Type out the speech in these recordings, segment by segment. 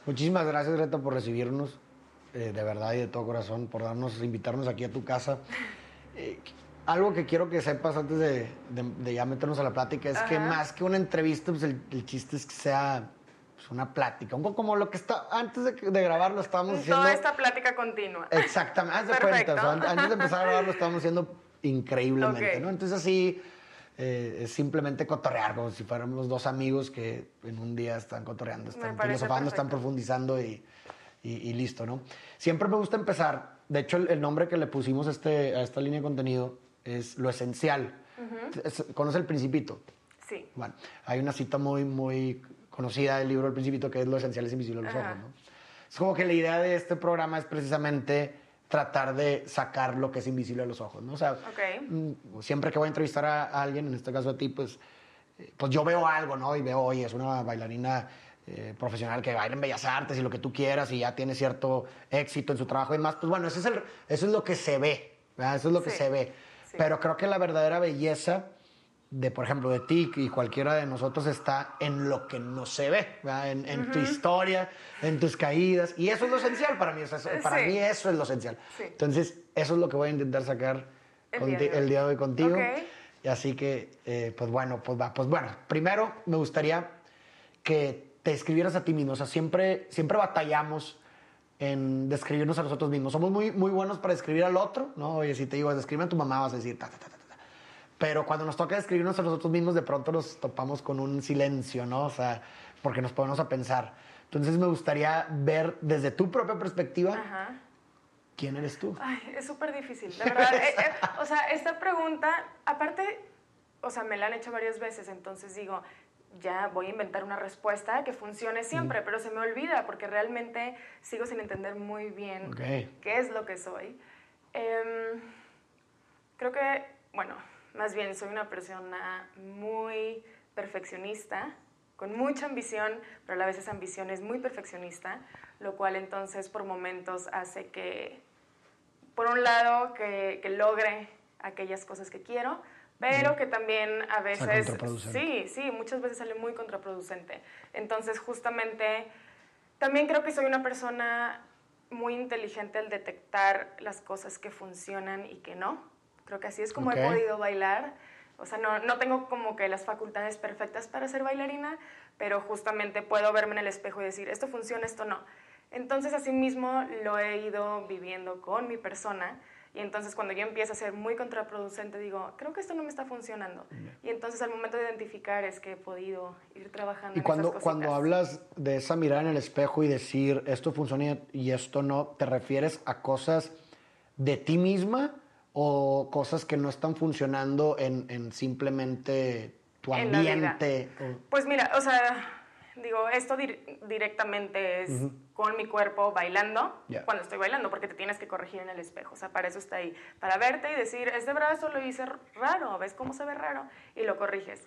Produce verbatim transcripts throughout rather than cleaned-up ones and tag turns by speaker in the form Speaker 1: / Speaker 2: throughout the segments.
Speaker 1: Muchísimas gracias, Greta, por recibirnos, eh, de verdad y de todo corazón, por darnos, invitarnos aquí a tu casa. Eh, algo que quiero que sepas antes de, de, de ya meternos a la plática es que
Speaker 2: Ajá.
Speaker 1: más que una entrevista, pues el, el chiste es que sea pues, una plática. Un poco como lo que está, antes de, de grabar lo estábamos haciendo.
Speaker 2: Toda esta plática continua.
Speaker 1: Exactamente, haz de cuenta. O sea, antes de empezar a grabar lo estábamos haciendo increíblemente,
Speaker 2: Ok.
Speaker 1: ¿no? Entonces así eh, es simplemente cotorrear, como si fuéramos dos amigos que en un día están cotorreando, están
Speaker 2: parece
Speaker 1: filosofando, están
Speaker 2: perfecto.
Speaker 1: profundizando y, y, y listo, ¿no? Siempre me gusta empezar, de hecho el, el nombre que le pusimos a, este, a esta línea de contenido es Lo Esencial. Es- ¿Conoce El Principito?
Speaker 2: Sí.
Speaker 1: Bueno, hay una cita muy, muy conocida del libro El Principito que es Lo Esencial es invisible a los
Speaker 2: Ajá.
Speaker 1: ojos, ¿no? Es como que la idea de este programa es precisamente tratar de sacar lo que es invisible a los ojos, ¿no? O sea,
Speaker 2: Ok.
Speaker 1: mm, siempre que voy a entrevistar a, a alguien, en este caso a ti, pues, eh, pues yo veo algo, ¿no? Y veo, oye, es una bailarina eh, profesional que baila en Bellas Artes y lo que tú quieras y ya tiene cierto éxito en su trabajo y demás. Pues bueno, eso es, el- eso es lo que se ve, ¿verdad? Eso es lo que
Speaker 2: Sí.
Speaker 1: se ve.
Speaker 2: Sí.
Speaker 1: Pero creo que la verdadera belleza de, por ejemplo, de ti y cualquiera de nosotros está en lo que no se ve, ¿verdad? En, en tu historia, en tus caídas. Y eso es lo esencial para mí. O sea, eso- para
Speaker 2: Sí.
Speaker 1: mí eso es lo esencial.
Speaker 2: Sí.
Speaker 1: Entonces, eso es lo que voy a intentar sacar
Speaker 2: El
Speaker 1: conti-
Speaker 2: día de hoy.
Speaker 1: el día de hoy contigo.
Speaker 2: Ok.
Speaker 1: Y así que, eh, pues bueno, pues va. Pues bueno, primero me gustaría que te escribieras a ti mismo. O sea, siempre, siempre batallamos en describirnos a nosotros mismos. Somos muy, muy buenos para describir al otro, ¿no? Oye, si te digo, describe a tu mamá, vas a decir ta, ta, ta, ta, ta. Pero cuando nos toca describirnos a nosotros mismos, de pronto nos topamos con un silencio, ¿no? O sea, porque nos ponemos a pensar. Entonces me gustaría ver desde tu propia perspectiva
Speaker 2: Ajá.
Speaker 1: quién eres tú.
Speaker 2: Ay, es súper difícil, de verdad. Eh, eh, o sea, esta pregunta, aparte, o sea, me la han hecho varias veces, entonces digo, ya voy a inventar una respuesta que funcione siempre, pero se me olvida porque realmente sigo sin entender muy bien
Speaker 1: Ok.
Speaker 2: qué es lo que soy. Em, creo que, bueno, más bien soy una persona muy perfeccionista, con mucha ambición, pero a la vez esa ambición es muy perfeccionista, lo cual entonces por momentos hace que, por un lado, que, que logre aquellas cosas que quiero, pero que también a veces,
Speaker 1: contraproducente.
Speaker 2: sí, sí, muchas veces sale muy contraproducente. Entonces, justamente, también creo que soy una persona muy inteligente al detectar las cosas que funcionan y que no. Creo que así es como
Speaker 1: Ok.
Speaker 2: he podido bailar. O sea, no, no tengo como que las facultades perfectas para ser bailarina, pero justamente puedo verme en el espejo y decir, esto funciona, esto no. Entonces, así mismo lo he ido viviendo con mi persona. Y entonces cuando yo empiezo a ser muy contraproducente, digo, creo que esto no me está funcionando. Y entonces al momento de identificar es que he podido ir trabajando
Speaker 1: Y
Speaker 2: en
Speaker 1: cuando,
Speaker 2: esas cositas.
Speaker 1: cuando hablas de esa mirada en el espejo y decir esto funciona y esto no, ¿te refieres a cosas de ti misma o cosas que no están funcionando en, en simplemente tu
Speaker 2: En la vida.
Speaker 1: ambiente? O-
Speaker 2: Pues mira, o sea, digo, esto dir- directamente es con mi cuerpo bailando,
Speaker 1: Ya.
Speaker 2: cuando estoy bailando, porque te tienes que corregir en el espejo. O sea, para eso está ahí, para verte y decir, este brazo lo hice raro, ¿ves cómo se ve raro? Y lo corriges.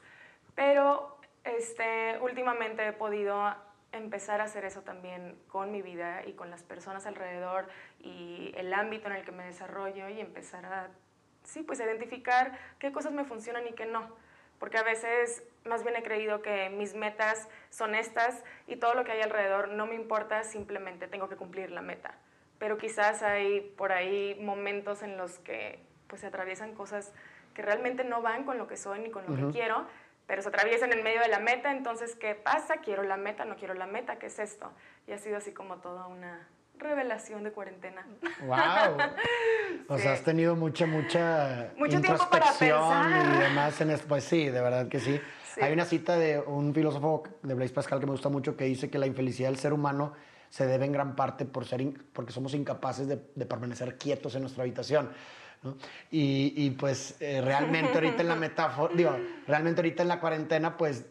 Speaker 2: Pero este, últimamente he podido empezar a hacer eso también con mi vida y con las personas alrededor y el ámbito en el que me desarrollo y empezar a, sí, pues a identificar qué cosas me funcionan y qué no. Porque a veces más bien he creído que mis metas son estas y todo lo que hay alrededor no me importa, simplemente tengo que cumplir la meta. Pero quizás hay por ahí momentos en los que pues, se atraviesan cosas que realmente no van con lo que soy ni con lo que quiero, pero se atraviesan en medio de la meta, entonces, ¿qué pasa? ¿Quiero la meta? ¿No quiero la meta? ¿Qué es esto? Y ha sido así como toda una revelación de cuarentena.
Speaker 1: ¡Wow! O
Speaker 2: Sí.
Speaker 1: sea, has tenido mucha, mucha
Speaker 2: Mucho tiempo para
Speaker 1: introspección
Speaker 2: pensar.
Speaker 1: y demás en esto. Pues sí, de verdad que sí.
Speaker 2: Sí.
Speaker 1: Hay una cita de un filósofo de Blaise Pascal que me gusta mucho que dice que la infelicidad del ser humano se debe en gran parte por ser in- porque somos incapaces de, de permanecer quietos en nuestra habitación, ¿no? Y, y, pues eh, realmente ahorita en la metáfora, digo, realmente ahorita en la cuarentena, pues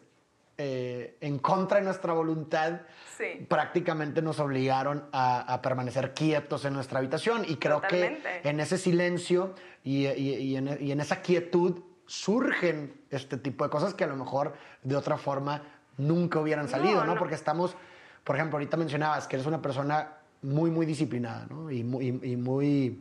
Speaker 1: eh, en contra de nuestra voluntad,
Speaker 2: Sí.
Speaker 1: prácticamente nos obligaron a, a permanecer quietos en nuestra habitación. Y creo
Speaker 2: Totalmente.
Speaker 1: que en ese silencio y, y- y en, y en esa quietud surgen este tipo de cosas que a lo mejor de otra forma nunca hubieran salido,
Speaker 2: No,
Speaker 1: ¿no?
Speaker 2: no.
Speaker 1: Porque estamos, por ejemplo, ahorita mencionabas que eres una persona muy, muy disciplinada, ¿no? Y muy... y- y muy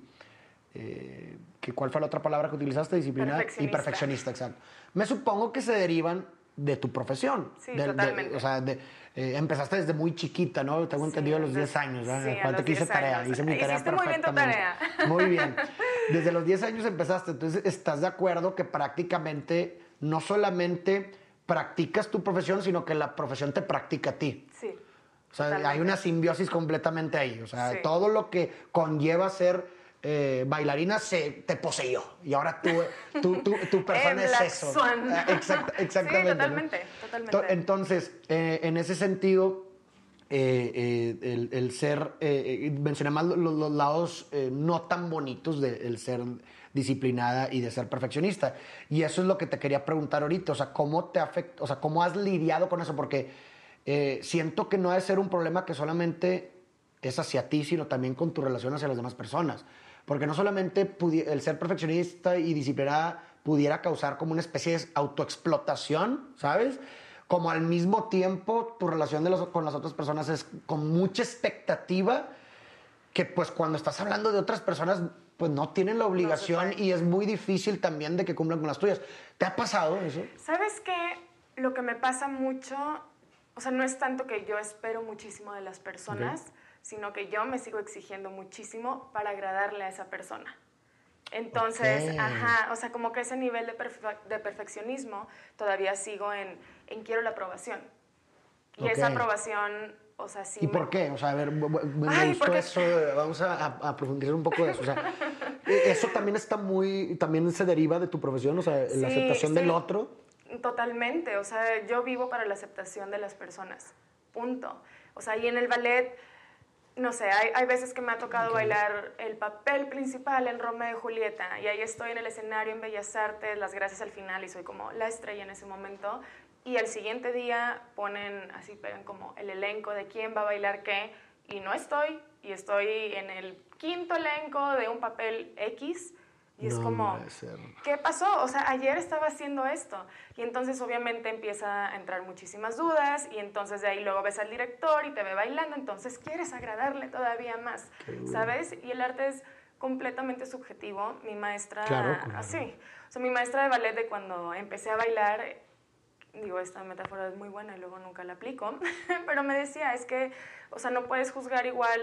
Speaker 1: eh, que- ¿cuál fue la otra palabra que utilizaste? Disciplinada y
Speaker 2: Perfeccionista.
Speaker 1: perfeccionista, exacto. Me supongo que se derivan de tu profesión.
Speaker 2: Sí,
Speaker 1: de,
Speaker 2: totalmente.
Speaker 1: De, o sea, de, eh, empezaste desde muy chiquita, ¿no? Tengo
Speaker 2: Sí,
Speaker 1: entendido a los diez
Speaker 2: desde-
Speaker 1: años, ¿verdad?
Speaker 2: sí, a
Speaker 1: Acuérdate
Speaker 2: los
Speaker 1: que hice
Speaker 2: diez
Speaker 1: tarea,
Speaker 2: años.
Speaker 1: hice mi tarea
Speaker 2: Hiciste muy bien tu
Speaker 1: perfectamente.
Speaker 2: tarea.
Speaker 1: Muy bien. Desde los diez años empezaste, entonces estás de acuerdo que prácticamente no solamente practicas tu profesión, sino que la profesión te practica a ti.
Speaker 2: Sí.
Speaker 1: O sea,
Speaker 2: totalmente.
Speaker 1: hay una simbiosis completamente ahí. O sea,
Speaker 2: Sí.
Speaker 1: todo lo que conlleva ser eh, bailarina se te poseyó. Y ahora tú, tú, tú, tu persona
Speaker 2: Eh,
Speaker 1: es
Speaker 2: Black
Speaker 1: eso.
Speaker 2: Swan.
Speaker 1: Ah, exact- exactamente.
Speaker 2: Sí,
Speaker 1: ¿no?
Speaker 2: totalmente, totalmente.
Speaker 1: To- Entonces, eh, en ese sentido, eh, eh, el, el ser, eh, eh, mencioné más lo- lo- los, lados eh, no tan bonitos del ser disciplinada y de ser perfeccionista. Y eso es lo que te quería preguntar ahorita. O sea, ¿cómo te afecta? O sea, ¿cómo has lidiado con eso? Porque eh, siento que no ha de ser un problema que solamente es hacia ti, sino también con tu relación hacia las demás personas. Porque no solamente pudi- el ser perfeccionista y disciplinada pudiera causar como una especie de autoexplotación, ¿sabes? Como al mismo tiempo tu relación de los- con las otras personas es con mucha expectativa que pues cuando estás hablando de otras personas pues no tienen la obligación
Speaker 2: puede.
Speaker 1: y es muy difícil también de que cumplan con las tuyas. ¿Te ha pasado eso?
Speaker 2: ¿Sabes qué? Lo que me pasa mucho, o sea, no es tanto que yo espero muchísimo de las personas,
Speaker 1: Ok.
Speaker 2: sino que yo me sigo exigiendo muchísimo para agradarle a esa persona. Entonces,
Speaker 1: Ok.
Speaker 2: ajá, o sea, como que ese nivel de, perfe- de perfeccionismo todavía sigo en, en quiero la aprobación. Y
Speaker 1: Ok.
Speaker 2: esa aprobación, o sea, sí
Speaker 1: ¿Y
Speaker 2: me-
Speaker 1: por qué? O sea, a ver, bu- bu- me
Speaker 2: Ay,
Speaker 1: gustó
Speaker 2: porque-
Speaker 1: eso, eh, vamos a, a- a profundizar un poco de eso. O sea, eh, eso también está muy, también se deriva de tu profesión, o sea,
Speaker 2: Sí,
Speaker 1: la aceptación
Speaker 2: sí,
Speaker 1: del otro.
Speaker 2: totalmente, o sea, yo vivo para la aceptación de las personas, punto. O sea, y en el ballet, no sé, hay, hay veces que me ha tocado
Speaker 1: Ok.
Speaker 2: bailar el papel principal en Romeo y Julieta, y ahí estoy en el escenario en Bellas Artes, las gracias al final, y soy como la estrella en ese momento, y al siguiente día ponen, así pegan como el elenco de quién va a bailar qué, y no estoy, y estoy en el quinto elenco de un papel X, y es
Speaker 1: No
Speaker 2: como,
Speaker 1: puede ser.
Speaker 2: ¿qué pasó? O sea, ayer estaba haciendo esto. Y entonces obviamente empieza a entrar muchísimas dudas y entonces de ahí luego ves al director y te ve bailando, entonces quieres agradarle todavía más,
Speaker 1: Qué duro.
Speaker 2: ¿sabes? Y el arte es completamente subjetivo. Mi maestra,
Speaker 1: Claro, claro.
Speaker 2: así, o sea, mi maestra de ballet de cuando empecé a bailar, digo, esta metáfora es muy buena y luego nunca la aplico, pero me decía, es que, o sea, no puedes juzgar igual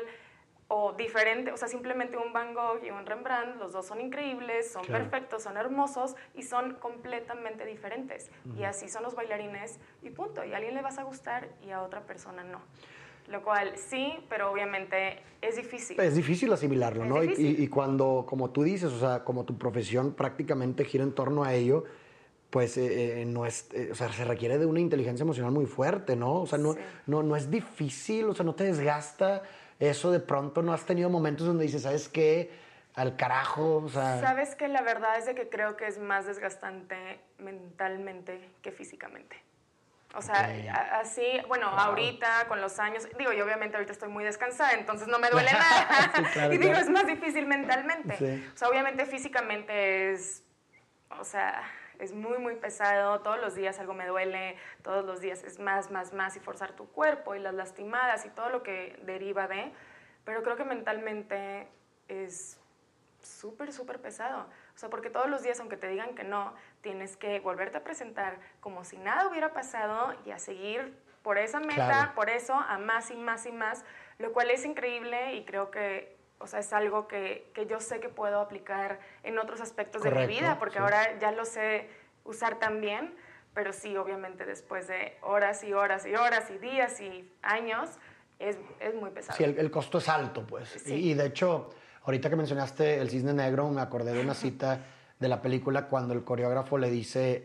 Speaker 2: o diferente, o sea, simplemente un Van Gogh y un Rembrandt, los dos son increíbles, son
Speaker 1: Claro.
Speaker 2: perfectos, son hermosos y son completamente diferentes. Uh-huh. Y así son los bailarines y punto. Y a alguien le vas a gustar y a otra persona no. Lo cual sí, pero obviamente es difícil.
Speaker 1: Es difícil asimilarlo,
Speaker 2: es
Speaker 1: ¿no?
Speaker 2: Difícil.
Speaker 1: Y, y cuando, como tú dices, o sea, como tu profesión prácticamente gira en torno a ello, pues eh, eh, no es, eh, o sea, se requiere de una inteligencia emocional muy fuerte, ¿no? O sea, no,
Speaker 2: Sí.
Speaker 1: no, no es difícil, o sea, no te desgasta eso de pronto, no has tenido momentos donde dices, ¿sabes qué? Al carajo, o sea...
Speaker 2: Sabes que la verdad es de que creo que es más desgastante mentalmente que físicamente. O sea,
Speaker 1: Okay.
Speaker 2: a- así, bueno,
Speaker 1: Wow.
Speaker 2: ahorita con los años, digo, yo obviamente ahorita estoy muy descansada, entonces no me duele nada.
Speaker 1: Sí, claro,
Speaker 2: y digo,
Speaker 1: claro.
Speaker 2: es más difícil mentalmente.
Speaker 1: Sí.
Speaker 2: O sea, obviamente físicamente es, o sea, es muy, muy pesado. Todos los días algo me duele, todos los días es más, más, más y forzar tu cuerpo y las lastimadas y todo lo que deriva de. Pero creo que mentalmente es súper, súper pesado. O sea, porque todos los días, aunque te digan que no, tienes que volverte a presentar como si nada hubiera pasado y a seguir por esa meta,
Speaker 1: Claro.
Speaker 2: por eso, a más y más y más, lo cual es increíble y creo que, o sea, es algo que, que yo sé que puedo aplicar en otros aspectos
Speaker 1: Correcto,
Speaker 2: de mi vida, porque
Speaker 1: sí.
Speaker 2: ahora ya lo sé usar también, pero sí, obviamente, después de horas y horas y horas y días y años, es, es muy pesado.
Speaker 1: Sí, el, el costo es alto, pues.
Speaker 2: Sí.
Speaker 1: Y, y de hecho, ahorita que mencionaste El Cisne Negro, me acordé de una cita de la película cuando el coreógrafo le dice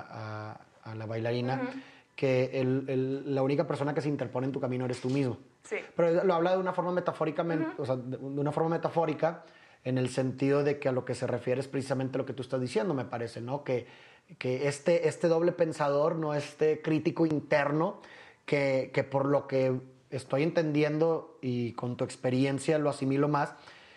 Speaker 1: a, a, a la bailarina uh-huh. que el, el, la única persona que se interpone en tu camino eres tú mismo.
Speaker 2: Sí.
Speaker 1: Pero lo habla de una forma metafórica, uh-huh. o sea, de una forma metafórica, en el sentido de que a lo que se refiere es precisamente lo que tú estás diciendo, me parece, ¿no? Que, que este, este doble pensador, no este crítico interno, que, que por lo que estoy entendiendo y con tu experiencia lo asimilo más,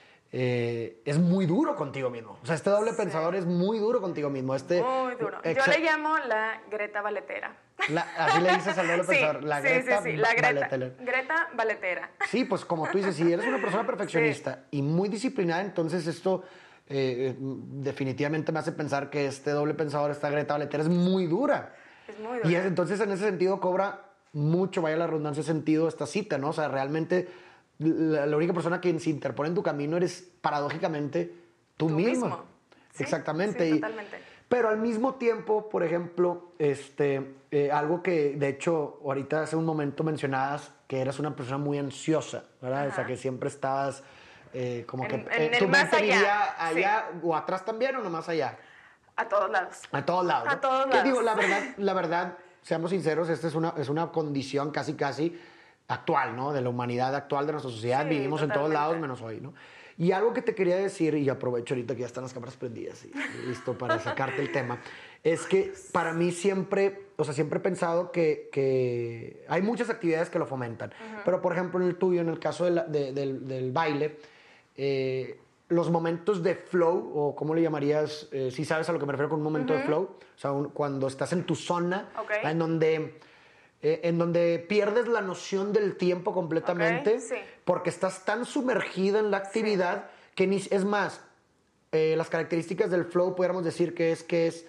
Speaker 1: eh, es muy duro contigo mismo. O sea, este doble sí. pensador es muy duro contigo mismo. Este,
Speaker 2: muy duro. Yo exa- le llamo la Greta Balletera.
Speaker 1: La, así le dices al doble
Speaker 2: sí,
Speaker 1: pensador, la
Speaker 2: sí,
Speaker 1: Greta
Speaker 2: sí, sí, la Greta,
Speaker 1: Balletera.
Speaker 2: Greta Balletera.
Speaker 1: Sí, pues como tú dices, si eres una persona perfeccionista sí. y muy disciplinada, entonces esto eh, definitivamente me hace pensar que este doble pensador, esta Greta Balletera, es muy dura.
Speaker 2: Es muy dura.
Speaker 1: Y es, entonces en ese sentido cobra mucho, vaya la redundancia, sentido esta cita, ¿no? O sea, realmente la, la única persona que se interpone en tu camino eres paradójicamente tú,
Speaker 2: Tú
Speaker 1: mismo.
Speaker 2: mismo. Sí,
Speaker 1: Exactamente.
Speaker 2: sí,
Speaker 1: Y-
Speaker 2: totalmente.
Speaker 1: pero al mismo tiempo, por ejemplo, este, eh, algo que de hecho ahorita hace un momento mencionabas que eras una persona muy ansiosa, ¿verdad?
Speaker 2: Ajá.
Speaker 1: O sea, que siempre estabas eh, como
Speaker 2: En-
Speaker 1: que
Speaker 2: en
Speaker 1: eh,
Speaker 2: el
Speaker 1: tu
Speaker 2: más
Speaker 1: mente
Speaker 2: allá,
Speaker 1: vivía
Speaker 2: sí.
Speaker 1: allá o atrás también o nomás allá.
Speaker 2: A todos lados.
Speaker 1: A todos lados.
Speaker 2: A
Speaker 1: ¿no?
Speaker 2: todos
Speaker 1: Que
Speaker 2: lados.
Speaker 1: digo, la verdad, la verdad, seamos sinceros, esta es una, es una condición casi, casi actual, ¿no? De la humanidad actual, de nuestra sociedad.
Speaker 2: Sí,
Speaker 1: Vivimos en todos
Speaker 2: totalmente.
Speaker 1: lados, menos hoy, ¿no? Y algo que te quería decir, y aprovecho ahorita que ya están las cámaras prendidas y y listo para sacarte el tema, es que para mí siempre, o sea, siempre he pensado que, que hay muchas actividades que lo fomentan. Pero, por ejemplo, en el tuyo, en el caso de la- de- del, del baile, eh, los momentos de flow, o cómo le llamarías, eh, si sabes a lo que me refiero con un momento de flow, o sea, un- cuando estás en tu zona,
Speaker 2: Ok.
Speaker 1: en donde, eh, en donde pierdes la noción del tiempo completamente,
Speaker 2: Ok, sí.
Speaker 1: porque estás tan sumergido en la actividad que ni, es más, eh, las características del flow, pudiéramos decir que es que es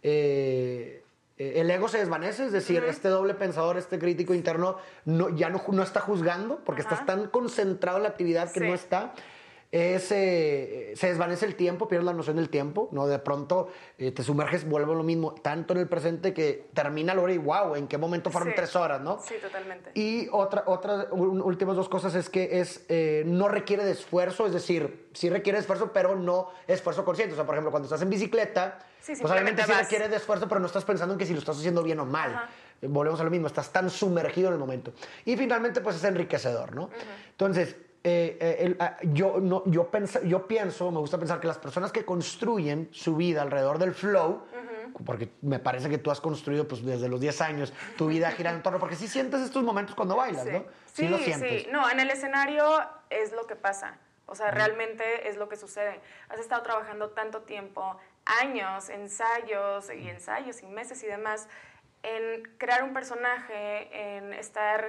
Speaker 1: eh, eh, el ego se desvanece, es decir, este doble pensador, este crítico interno, no, ya no, ju- no está juzgando, porque
Speaker 2: Ajá.
Speaker 1: estás tan concentrado en la actividad que
Speaker 2: Sí.
Speaker 1: no está. Es, eh, se desvanece el tiempo, pierdes la noción del tiempo, ¿no? De pronto eh, te sumerges, vuelve a lo mismo, tanto en el presente que termina la hora y wow, ¿en qué momento fueron
Speaker 2: Sí.
Speaker 1: tres horas, no?
Speaker 2: Sí, totalmente.
Speaker 1: Y otra, otra, un- últimas dos cosas es que es, eh, no requiere de esfuerzo, es decir, sí requiere de esfuerzo, pero no esfuerzo consciente. O sea, por ejemplo, cuando estás en bicicleta,
Speaker 2: Sí,
Speaker 1: pues obviamente sí
Speaker 2: simplemente vas.
Speaker 1: requiere de esfuerzo, pero no estás pensando en que si lo estás haciendo bien o mal.
Speaker 2: Ajá.
Speaker 1: Eh, Volvemos a lo mismo, estás tan sumergido en el momento. Y finalmente, pues es enriquecedor, ¿no? Entonces, eh, eh, el- ah, yo, no, yo, pensa- yo pienso, me gusta pensar que las personas que construyen su vida alrededor del flow, porque me parece que tú has construido pues desde los diez años tu vida gira en torno, porque sí sientes estos momentos cuando bailas,
Speaker 2: Sí.
Speaker 1: ¿no?
Speaker 2: Sí,
Speaker 1: lo sientes.
Speaker 2: sí. No, en el escenario es lo que pasa. O sea, realmente es lo que sucede. Has estado trabajando tanto tiempo, años, ensayos y ensayos y meses y demás, en crear un personaje, en estar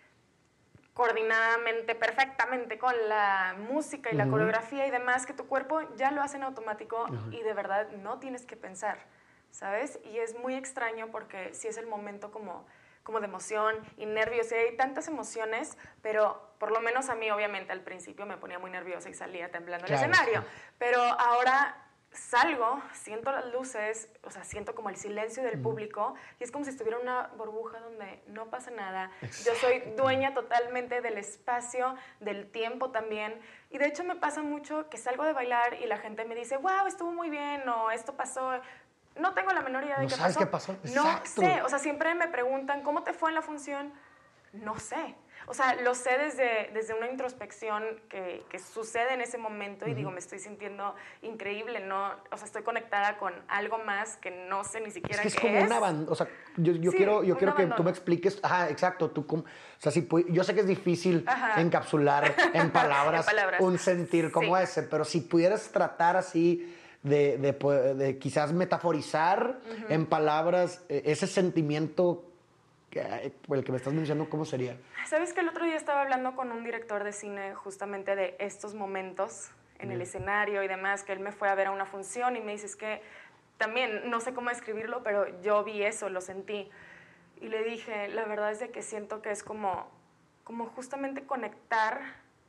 Speaker 2: coordinadamente, perfectamente con la música y la coreografía y demás, que tu cuerpo ya lo hace en automático y de verdad no tienes que pensar, ¿sabes? Y es muy extraño porque sí es el momento como, como de emoción y nervios, y hay tantas emociones, pero por lo menos a mí obviamente al principio me ponía muy nerviosa y salía temblando
Speaker 1: Claro,
Speaker 2: el escenario,
Speaker 1: sí.
Speaker 2: pero ahora salgo, siento las luces, o sea, siento como el silencio del público y es como si estuviera en una burbuja donde no pasa nada. Yo soy dueña totalmente del espacio, del tiempo también. Y de hecho me pasa mucho que salgo de bailar y la gente me dice, wow, estuvo muy bien, o esto pasó. No tengo la menor idea de
Speaker 1: No
Speaker 2: qué
Speaker 1: sabes
Speaker 2: pasó.
Speaker 1: qué pasó.
Speaker 2: No
Speaker 1: Exacto.
Speaker 2: sé, o sea, siempre me preguntan, ¿cómo te fue en la función? No sé. O sea, lo sé desde, desde una introspección que, que sucede en ese momento y digo, me estoy sintiendo increíble, ¿no? O sea, estoy conectada con algo más que no sé ni
Speaker 1: Es
Speaker 2: siquiera
Speaker 1: que es
Speaker 2: qué
Speaker 1: como
Speaker 2: es.
Speaker 1: una banda, o sea, yo, yo
Speaker 2: Sí,
Speaker 1: quiero, yo
Speaker 2: un
Speaker 1: quiero que tú
Speaker 2: abandono.
Speaker 1: me expliques, ajá, exacto, tú, cómo- o sea, si pu- yo sé que es difícil
Speaker 2: Ajá.
Speaker 1: encapsular en palabras,
Speaker 2: En palabras.
Speaker 1: un sentir como
Speaker 2: Sí.
Speaker 1: ese, pero si pudieras tratar así de, de, pu- de quizás metaforizar en palabras eh, ese sentimiento que, eh, el que me estás mencionando, ¿cómo sería?
Speaker 2: ¿Sabes que el otro día estaba hablando con un director de cine justamente de estos momentos en el escenario y demás, que él me fue a ver a una función y me dice, es que también, no sé cómo describirlo, pero yo vi eso, lo sentí. Y le dije, la verdad es de que siento que es como, como justamente conectar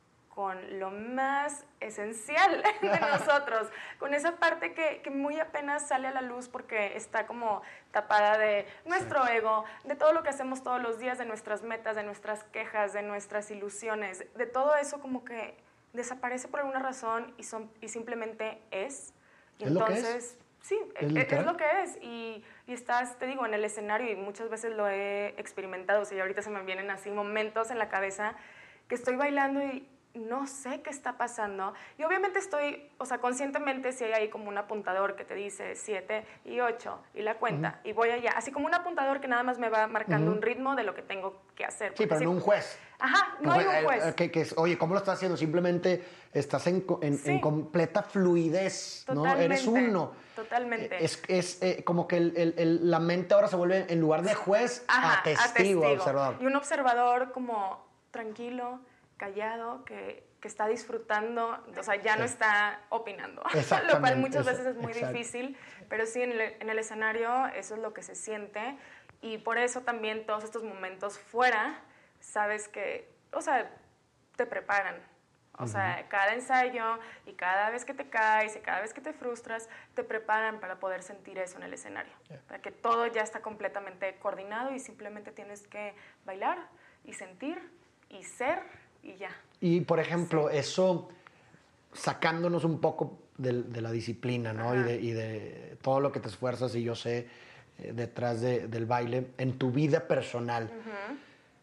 Speaker 2: con lo más esencial de nosotros, con esa parte que, que muy apenas sale a la luz porque está como tapada de nuestro
Speaker 1: Sí.
Speaker 2: ego, de todo lo que hacemos todos los días, de nuestras metas, de nuestras quejas, de nuestras ilusiones, de todo eso como que desaparece por alguna razón y, son, y simplemente es. Y
Speaker 1: ¿Es lo que es?
Speaker 2: entonces, sí,
Speaker 1: ¿Es
Speaker 2: es,
Speaker 1: literal?
Speaker 2: es lo que es. Y, y estás, te digo, en el escenario y muchas veces lo he experimentado. O sea, y ahorita se me vienen así momentos en la cabeza que estoy bailando y no sé qué está pasando. Y obviamente estoy, o sea, conscientemente si hay ahí como un apuntador que te dice siete y ocho y la cuenta y voy allá. Así como un apuntador que nada más me va marcando un ritmo de lo que tengo que hacer.
Speaker 1: Sí,
Speaker 2: Porque
Speaker 1: pero
Speaker 2: si-
Speaker 1: no un juez.
Speaker 2: Ajá, no hay un juez.
Speaker 1: Eh, Que, que es, oye, ¿cómo lo estás haciendo? Simplemente estás en, co- en-
Speaker 2: Sí.
Speaker 1: en completa fluidez, ¿no?
Speaker 2: Totalmente,
Speaker 1: Eres uno.
Speaker 2: totalmente.
Speaker 1: Es, es eh, como que el- el- el- la mente ahora se vuelve, en lugar de juez,
Speaker 2: Ajá,
Speaker 1: a testigo, a observador.
Speaker 2: Y un observador como tranquilo, callado, que, que está disfrutando, o sea, ya no
Speaker 1: Sí.
Speaker 2: está opinando. Lo
Speaker 1: Exactamente,
Speaker 2: cual muchas
Speaker 1: eso,
Speaker 2: veces es muy
Speaker 1: exacto.
Speaker 2: difícil, pero sí, en el, en el escenario eso es lo que se siente. Y por eso también todos estos momentos fuera, sabes que, o sea, te preparan. O uh-huh. sea, cada ensayo y cada vez que te caes y cada vez que te frustras, te preparan para poder sentir eso en el escenario. Yeah. Para que todo ya está completamente coordinado y simplemente tienes que bailar y sentir y ser y ya.
Speaker 1: Y, por ejemplo, sí. eso, sacándonos un poco de, de la disciplina, ¿no? Y de, y de todo lo que te esfuerzas, y yo sé, eh, detrás de, del baile, en tu vida personal, uh-huh.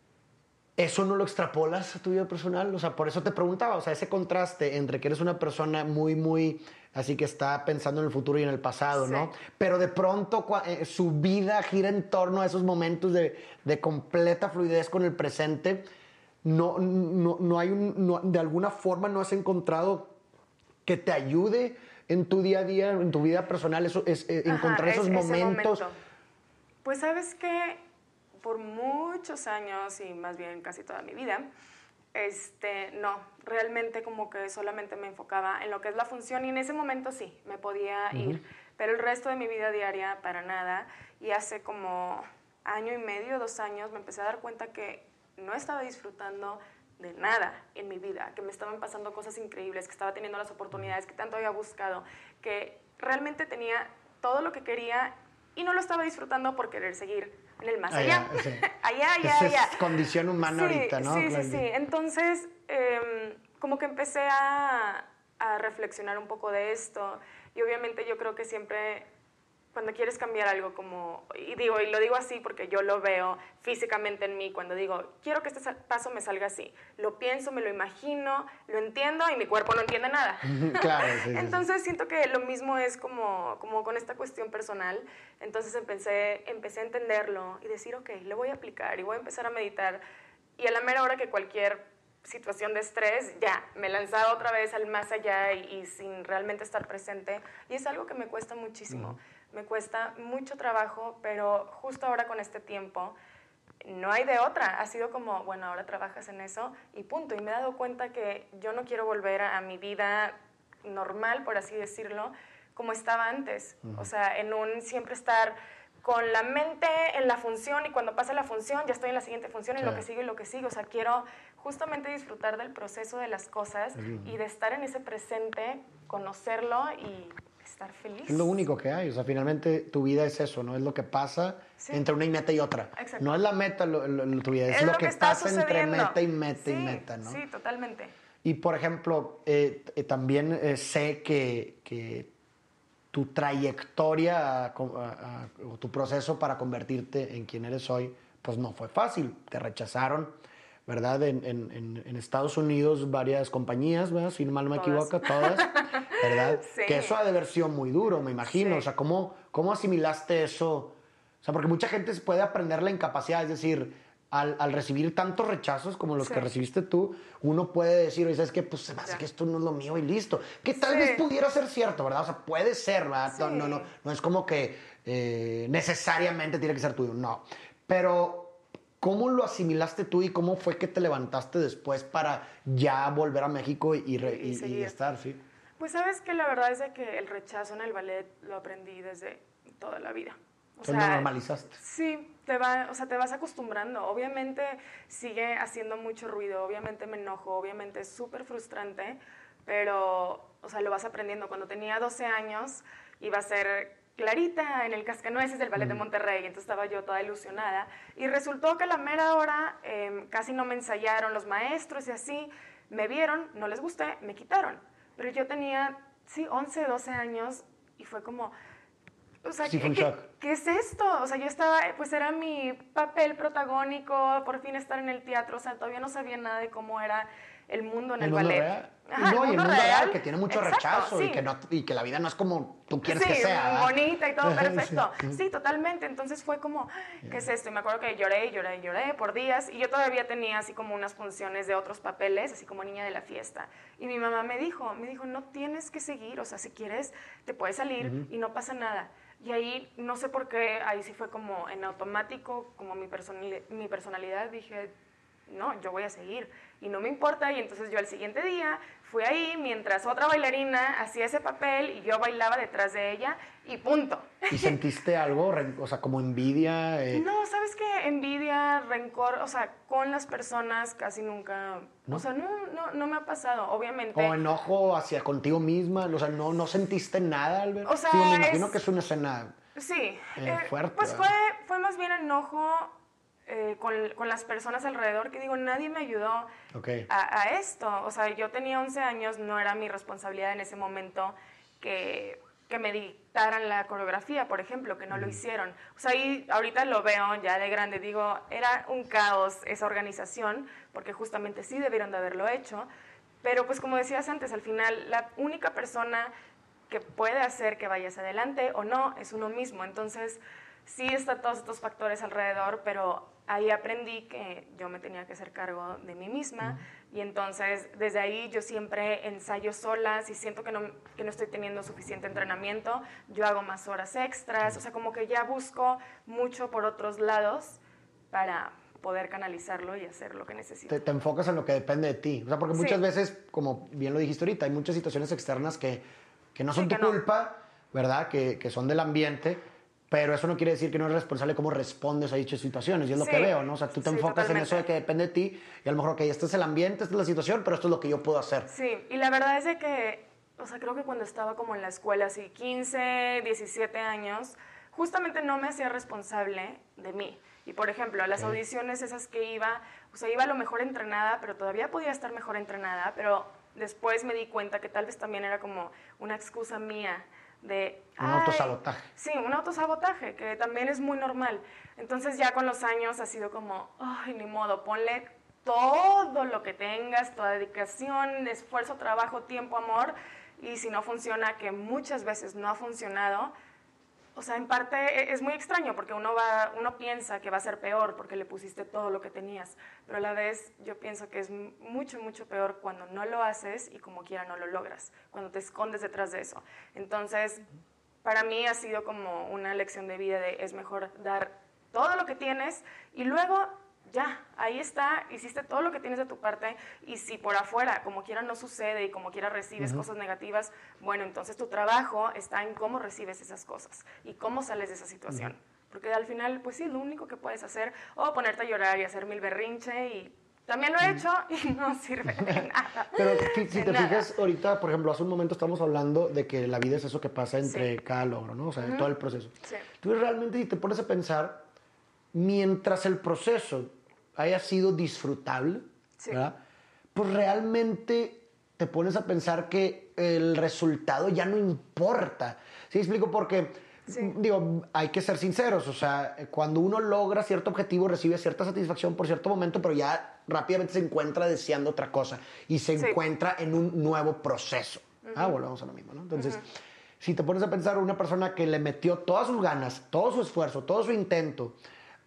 Speaker 1: ¿eso no lo extrapolas a tu vida personal? O sea, por eso te preguntaba, o sea, ese contraste entre que eres una persona muy, muy, así que está pensando en el futuro y en el pasado, sí. ¿no? Pero de pronto eh, su vida gira en torno a esos momentos de, de completa fluidez con el presente. No, no, no hay un, no, de alguna forma no has encontrado que te ayude en tu día a día, en tu vida personal, eso, es, eh,
Speaker 2: Ajá,
Speaker 1: encontrar esos
Speaker 2: es,
Speaker 1: momentos.
Speaker 2: Momento. Pues sabes que por muchos años y más bien casi toda mi vida, este, no, realmente como que solamente me enfocaba en lo que es la función y en ese momento sí, me podía uh-huh. ir, pero el resto de mi vida diaria para nada. Y hace como año y medio, dos años, me empecé a dar cuenta que no estaba disfrutando de nada en mi vida, que me estaban pasando cosas increíbles, que estaba teniendo las oportunidades que tanto había buscado, que realmente tenía todo lo que quería y no lo estaba disfrutando por querer seguir en el más allá.
Speaker 1: allá, sí.
Speaker 2: allá, allá,
Speaker 1: Esa
Speaker 2: allá.
Speaker 1: Es condición humana
Speaker 2: sí,
Speaker 1: ahorita, ¿no?
Speaker 2: Sí,
Speaker 1: claro.
Speaker 2: sí, sí. Entonces, eh, como que empecé a, a reflexionar un poco de esto y obviamente yo creo que siempre cuando quieres cambiar algo como, y digo, y lo digo así porque yo lo veo físicamente en mí, cuando digo, quiero que este paso me salga así, lo pienso, me lo imagino, lo entiendo y mi cuerpo no entiende nada.
Speaker 1: Claro, sí, sí,
Speaker 2: Entonces
Speaker 1: sí.
Speaker 2: siento que lo mismo es como, como con esta cuestión personal, entonces empecé, empecé a entenderlo y decir, ok, lo voy a aplicar y voy a empezar a meditar y a la mera hora que cualquier situación de estrés, ya, me lanzaba otra vez al más allá y, y sin realmente estar presente y es algo que me cuesta muchísimo. Uh-huh. Me cuesta mucho trabajo, pero justo ahora con este tiempo no hay de otra. Ha sido como, bueno, ahora trabajas en eso y punto. Y me he dado cuenta que yo no quiero volver a, a mi vida normal, por así decirlo, como estaba antes. Uh-huh. O sea, en un siempre estar con la mente en la función y cuando pasa la función ya estoy en la siguiente función y sí. lo que sigue y lo que sigue. O sea, quiero justamente disfrutar del proceso de las cosas uh-huh. y de estar en ese presente, conocerlo y estar feliz.
Speaker 1: Es lo único que hay, o sea, finalmente tu vida es eso, ¿no? Es lo que pasa sí. entre una meta y otra.
Speaker 2: Exacto.
Speaker 1: No es la meta lo, lo, tu vida, es, es lo, lo que, que pasa entre meta y meta
Speaker 2: sí,
Speaker 1: y meta, ¿no?
Speaker 2: Sí, totalmente.
Speaker 1: Y, por ejemplo, eh, eh, también eh, sé que, que tu trayectoria a, a, a, o tu proceso para convertirte en quien eres hoy, pues no fue fácil. Te rechazaron, ¿verdad? En, en, en Estados Unidos varias compañías, ¿verdad? Si mal no me
Speaker 2: todas.
Speaker 1: equivoco, todas, ¿verdad?
Speaker 2: Sí.
Speaker 1: Que eso ha de haber sido muy duro, me imagino.
Speaker 2: Sí.
Speaker 1: O sea, ¿cómo, ¿cómo asimilaste eso? O sea, porque mucha gente puede aprender la incapacidad, es decir, al, al recibir tantos rechazos como los sí. que recibiste tú, uno puede decir, oye, ¿sabes qué? Pues se me hace que esto no es lo mío y listo. Que tal sí. vez pudiera ser cierto, ¿verdad? O sea, puede ser, ¿verdad? Sí. No, no, no, no es como que eh, necesariamente tiene que ser tuyo, no. Pero ¿cómo lo asimilaste tú y cómo fue que te levantaste después para ya volver a México y, re, y, y, y estar, sí?
Speaker 2: Pues sabes que la verdad es de que el rechazo en el ballet lo aprendí desde toda la vida. O
Speaker 1: Entonces
Speaker 2: sea,
Speaker 1: lo normalizaste.
Speaker 2: Sí, te, va, o sea, te vas acostumbrando. Obviamente sigue haciendo mucho ruido, obviamente me enojo, obviamente es súper frustrante, pero o sea, lo vas aprendiendo. Cuando tenía doce años iba a ser Clarita en el Cascanueces del Ballet mm. de Monterrey, entonces estaba yo toda ilusionada y resultó que a la mera hora eh, casi no me ensayaron los maestros y así, me vieron, no les gusté, me quitaron, pero yo tenía, sí, once, doce años y fue como, o sea,
Speaker 1: sí,
Speaker 2: ¿qué, ¿qué, ¿qué es esto? O sea, yo estaba, pues era mi papel protagónico, por fin estar en el teatro, o sea, todavía no sabía nada de cómo era el mundo en el,
Speaker 1: el
Speaker 2: ballet.
Speaker 1: Mundo real.
Speaker 2: Ajá,
Speaker 1: no,
Speaker 2: el
Speaker 1: y el
Speaker 2: mundo
Speaker 1: mundo
Speaker 2: real,
Speaker 1: real, que tiene mucho
Speaker 2: exacto,
Speaker 1: rechazo
Speaker 2: sí.
Speaker 1: y, que no, y que la vida no es como tú quieres
Speaker 2: sí,
Speaker 1: que sea.
Speaker 2: bonita y todo perfecto.
Speaker 1: sí.
Speaker 2: sí, totalmente. Entonces fue como, ¿qué es esto? Y me acuerdo que lloré, lloré, lloré por días y yo todavía tenía así como unas funciones de otros papeles, así como niña de la fiesta. Y mi mamá me dijo, me dijo, no tienes que seguir, o sea, si quieres te puedes salir uh-huh. y no pasa nada. Y ahí, no sé por qué, ahí sí fue como en automático, como mi, personali- mi personalidad, dije, no, yo voy a seguir. y no me importa, y entonces yo al siguiente día fui ahí mientras otra bailarina hacía ese papel y yo bailaba detrás de ella y punto.
Speaker 1: ¿Y sentiste algo, o sea, como envidia? Eh...
Speaker 2: No, ¿sabes qué? Envidia, rencor, o sea, con las personas casi nunca, ¿no? O sea, no, no, no me ha pasado, obviamente.
Speaker 1: ¿O enojo hacia contigo misma? O sea, ¿no, no sentiste nada al ver?
Speaker 2: O sea,
Speaker 1: Digo, me imagino
Speaker 2: es...
Speaker 1: que es una escena
Speaker 2: sí,
Speaker 1: eh,
Speaker 2: eh,
Speaker 1: fuerte.
Speaker 2: Pues
Speaker 1: ¿verdad?
Speaker 2: fue, fue más bien enojo eh, con, con las personas alrededor, que digo, nadie me ayudó
Speaker 1: okay.
Speaker 2: a, a esto. O sea, yo tenía once años, no era mi responsabilidad en ese momento que, que me dictaran la coreografía, por ejemplo, que no mm. lo hicieron. O sea, ahí ahorita lo veo ya de grande, digo, era un caos esa organización, porque justamente sí debieron de haberlo hecho, pero pues como decías antes, al final la única persona que puede hacer que vayas adelante o no es uno mismo. Entonces, sí están todos estos factores alrededor, pero ahí aprendí que yo me tenía que hacer cargo de mí misma, uh-huh. y entonces desde ahí yo siempre ensayo sola. Si siento que no, que no estoy teniendo suficiente entrenamiento, yo hago más horas extras, uh-huh. o sea, como que ya busco mucho por otros lados para poder canalizarlo y hacer lo que necesito.
Speaker 1: Te, te enfocas en lo que depende de ti, o sea, porque muchas sí. veces, como bien lo dijiste ahorita, hay muchas situaciones externas que, que no son sí, tu culpa, no. ¿verdad? Que, que son del ambiente. Pero eso no quiere decir que no eres responsable de cómo respondes a dichas situaciones. Y es lo sí, que veo, ¿no? O sea, tú te sí, enfocas totalmente. en eso de que depende de ti. Y a lo mejor, ok, este es el ambiente, esta es la situación, pero esto es lo que yo puedo hacer.
Speaker 2: Sí, y la verdad es de que, o sea, creo que cuando estaba como en la escuela, así, quince, diecisiete años, justamente no me hacía responsable de mí. Y, por ejemplo, a las okay. audiciones esas que iba, o sea, iba a lo mejor entrenada, pero todavía podía estar mejor entrenada, pero después me di cuenta que tal vez también era como una excusa mía de...
Speaker 1: Un autosabotaje.
Speaker 2: Sí, un autosabotaje, que también es muy normal. Entonces ya con los años ha sido como, ay, ni modo, ponle todo lo que tengas, toda dedicación, esfuerzo, trabajo, tiempo, amor, y si no funciona, que muchas veces no ha funcionado, o sea, en parte es muy extraño porque uno, va, uno piensa que va a ser peor porque le pusiste todo lo que tenías, pero a la vez yo pienso que es mucho, mucho peor cuando no lo haces y como quiera no lo logras, cuando te escondes detrás de eso. Entonces, para mí ha sido como una lección de vida de es mejor dar todo lo que tienes y luego ya, ahí está, hiciste todo lo que tienes de tu parte y si por afuera como quiera no sucede y como quiera recibes uh-huh. cosas negativas, bueno, entonces tu trabajo está en cómo recibes esas cosas y cómo sales de esa situación. Uh-huh. Porque al final, pues sí, lo único que puedes hacer o ponerte a llorar y hacer mil berrinche y también lo he hecho y no sirve de nada.
Speaker 1: Pero si, si te nada. fijas, ahorita, por ejemplo, hace un momento estamos hablando de que la vida es eso que pasa entre sí. cada logro, ¿no? O sea, uh-huh. todo el proceso.
Speaker 2: Sí.
Speaker 1: Tú realmente, si te pones a pensar, mientras el proceso haya sido disfrutable, sí. ¿verdad? Pues realmente te pones a pensar que el resultado ya no importa. ¿Sí me explico? Porque, sí. digo, hay que ser sinceros. O sea, cuando uno logra cierto objetivo, recibe cierta satisfacción por cierto momento, pero ya rápidamente se encuentra deseando otra cosa y se sí. encuentra en un nuevo proceso. Uh-huh. Ah, volvemos a lo mismo, ¿no? Entonces, uh-huh. si te pones a pensar, una persona que le metió todas sus ganas, todo su esfuerzo, todo su intento,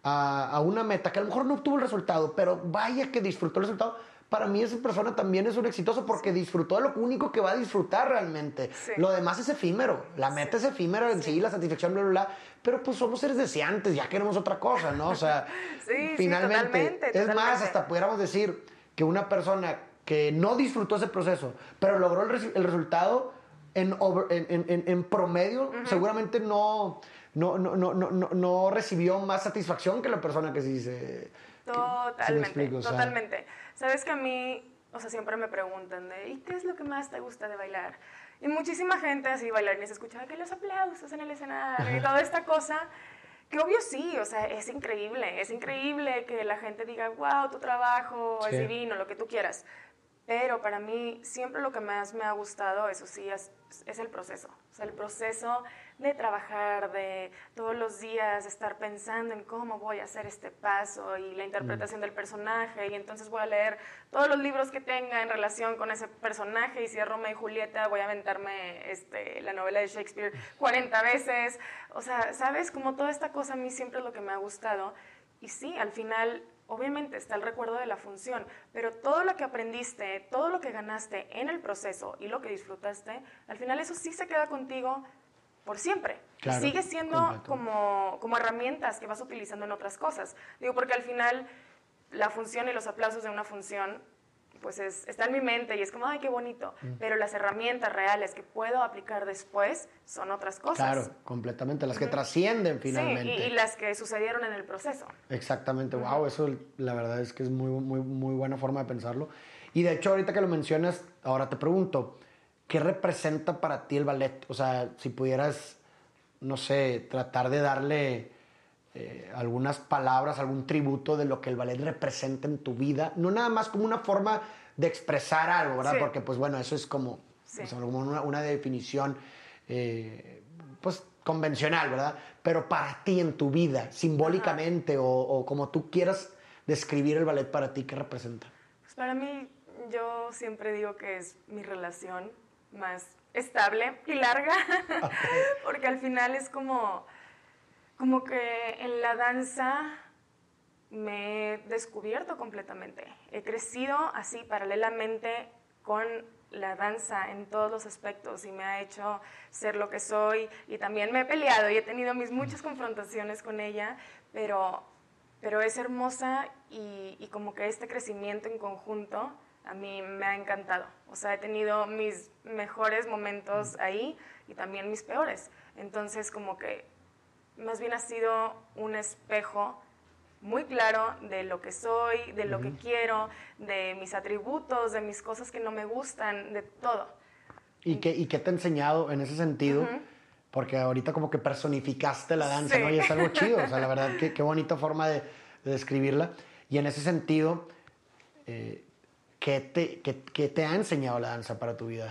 Speaker 1: A, a una meta que a lo mejor no obtuvo el resultado, pero vaya que disfrutó el resultado, para mí esa persona también es un exitoso porque sí. disfrutó de lo único que va a disfrutar realmente. Sí. Lo demás es efímero, la meta sí. es efímera en sí. sí, la satisfacción, bla, bla, bla, pero pues somos seres deseantes, ya queremos otra cosa, ¿no? O sea,
Speaker 2: sí,
Speaker 1: finalmente,
Speaker 2: sí, totalmente,
Speaker 1: es
Speaker 2: totalmente.
Speaker 1: más, hasta pudiéramos decir que una persona que no disfrutó ese proceso, pero logró el, res, el resultado en, over, en, en, en promedio, uh-huh. seguramente no... No, no, no, no, no recibió más satisfacción que la persona que sí se...
Speaker 2: Totalmente, que, explico, totalmente. O sea, sabes que a mí, o sea, siempre me preguntan de, ¿y qué es lo que más te gusta de bailar? Y muchísima gente así bailarines escucha que los aplausos en el escenario y toda esta cosa, que obvio sí, o sea, es increíble, es increíble que la gente diga, wow, tu trabajo sí. es divino, lo que tú quieras. Pero para mí siempre lo que más me ha gustado, eso sí, es, es el proceso. O sea, el proceso de trabajar, de todos los días estar pensando en cómo voy a hacer este paso y la interpretación mm. del personaje. Y entonces voy a leer todos los libros que tenga en relación con ese personaje. Y si es Romeo y Julieta, voy a aventarme este, la novela de Shakespeare cuarenta veces. O sea, ¿sabes? Como toda esta cosa a mí siempre es lo que me ha gustado. Y sí, al final... Obviamente está el recuerdo de la función, pero todo lo que aprendiste, todo lo que ganaste en el proceso y lo que disfrutaste, al final eso sí se queda contigo por siempre. Claro, y sigue siendo como, como herramientas que vas utilizando en otras cosas. Digo, porque al final la función y los aplausos de una función pues es, está en mi mente y es como, ay, qué bonito, mm. pero las herramientas reales que puedo aplicar después son otras cosas.
Speaker 1: Claro, completamente, las uh-huh. que trascienden finalmente.
Speaker 2: Sí, y, y las que sucedieron en el proceso.
Speaker 1: Exactamente, uh-huh. wow, eso la verdad es que es muy, muy, muy buena forma de pensarlo. Y de hecho, ahorita que lo mencionas, ahora te pregunto, ¿qué representa para ti el ballet? O sea, si pudieras, no sé, tratar de darle eh, algunas palabras, algún tributo de lo que el ballet representa en tu vida, no nada más como una forma de expresar algo, ¿verdad? Sí. Porque, pues bueno, eso es como, sí. o sea, como una, una definición, eh, pues, convencional, ¿verdad? Pero para ti en tu vida, simbólicamente, o, o como tú quieras describir el ballet para ti, ¿qué representa?
Speaker 2: Pues para mí, yo siempre digo que es mi relación más estable y larga, okay. porque al final es como, como que en la danza me he descubierto completamente. He crecido así paralelamente con la danza en todos los aspectos y me ha hecho ser lo que soy, y también me he peleado y he tenido mis muchas confrontaciones con ella, pero, pero es hermosa y, y como que este crecimiento en conjunto a mí me ha encantado. O sea, he tenido mis mejores momentos ahí y también mis peores. Entonces, como que más bien ha sido un espejo muy claro de lo que soy, de lo uh-huh. que quiero, de mis atributos, de mis cosas que no me gustan, de todo.
Speaker 1: ¿Y qué, y qué te ha enseñado en ese sentido? Uh-huh. Porque ahorita como que personificaste la danza, sí. ¿no? Y es algo chido. O sea, la verdad, qué, qué bonita forma de, de describirla. Y en ese sentido, eh, ¿qué, te, qué, ¿qué te ha enseñado la danza para tu vida?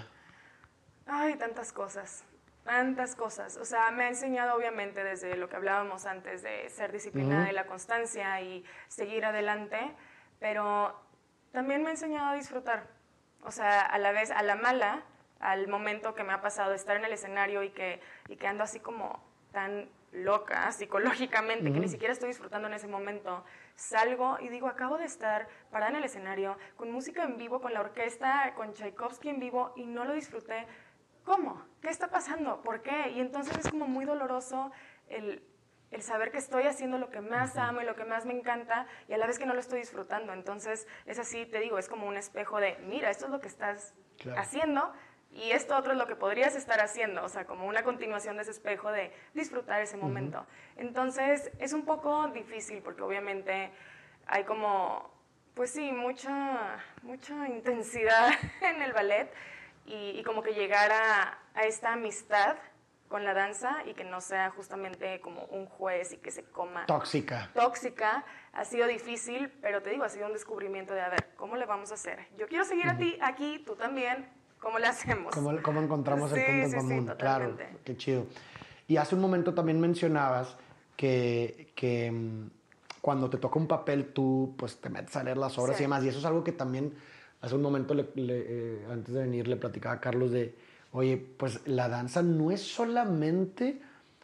Speaker 2: Ay, tantas cosas. Tantas cosas. O sea, me ha enseñado obviamente desde lo que hablábamos antes de ser disciplinada uh-huh. y la constancia y seguir adelante, pero también me ha enseñado a disfrutar. O sea, a la vez, a la mala, al momento que me ha pasado de estar en el escenario y que, y que ando así como tan loca psicológicamente, uh-huh. que ni siquiera estoy disfrutando en ese momento, salgo y digo, acabo de estar parada en el escenario con música en vivo, con la orquesta, con Tchaikovsky en vivo y no lo disfruté. ¿Cómo? ¿Qué está pasando? ¿Por qué? Y entonces es como muy doloroso el, el saber que estoy haciendo lo que más amo y lo que más me encanta y a la vez que no lo estoy disfrutando. Entonces es así, te digo, es como un espejo de, mira, esto es lo que estás claro. haciendo y esto otro es lo que podrías estar haciendo. O sea, como una continuación de ese espejo de disfrutar ese momento. Uh-huh. Entonces es un poco difícil porque obviamente hay como, pues sí, mucha, mucha intensidad en el ballet. Y, y como que llegar a, a esta amistad con la danza y que no sea justamente como un juez y que se coma...
Speaker 1: Tóxica.
Speaker 2: Tóxica. Ha sido difícil, pero te digo, ha sido un descubrimiento de, a ver, ¿cómo le vamos a hacer? Yo quiero seguir uh-huh. a ti aquí, tú también. ¿Cómo le hacemos?
Speaker 1: ¿Cómo, cómo encontramos
Speaker 2: sí,
Speaker 1: el punto
Speaker 2: sí,
Speaker 1: en común?
Speaker 2: Sí, totalmente.
Speaker 1: Claro, qué chido. Y hace un momento también mencionabas que, que cuando te toca un papel tú pues te metes a leer las obras sí. y demás. Y eso es algo que también... Hace un momento, le, le, eh, antes de venir, le platicaba a Carlos de, oye, pues la danza no es solamente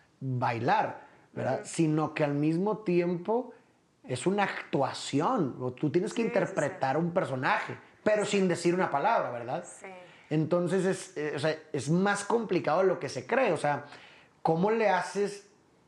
Speaker 1: bailar, ¿verdad? Uh-huh. Sino que al mismo tiempo es una actuación. O tú tienes que sí, interpretar sí, sí. un personaje, pero sin decir una palabra, ¿verdad?
Speaker 2: Sí.
Speaker 1: Entonces, es, eh, o sea, es más complicado de lo que se cree. O sea, ¿cómo le haces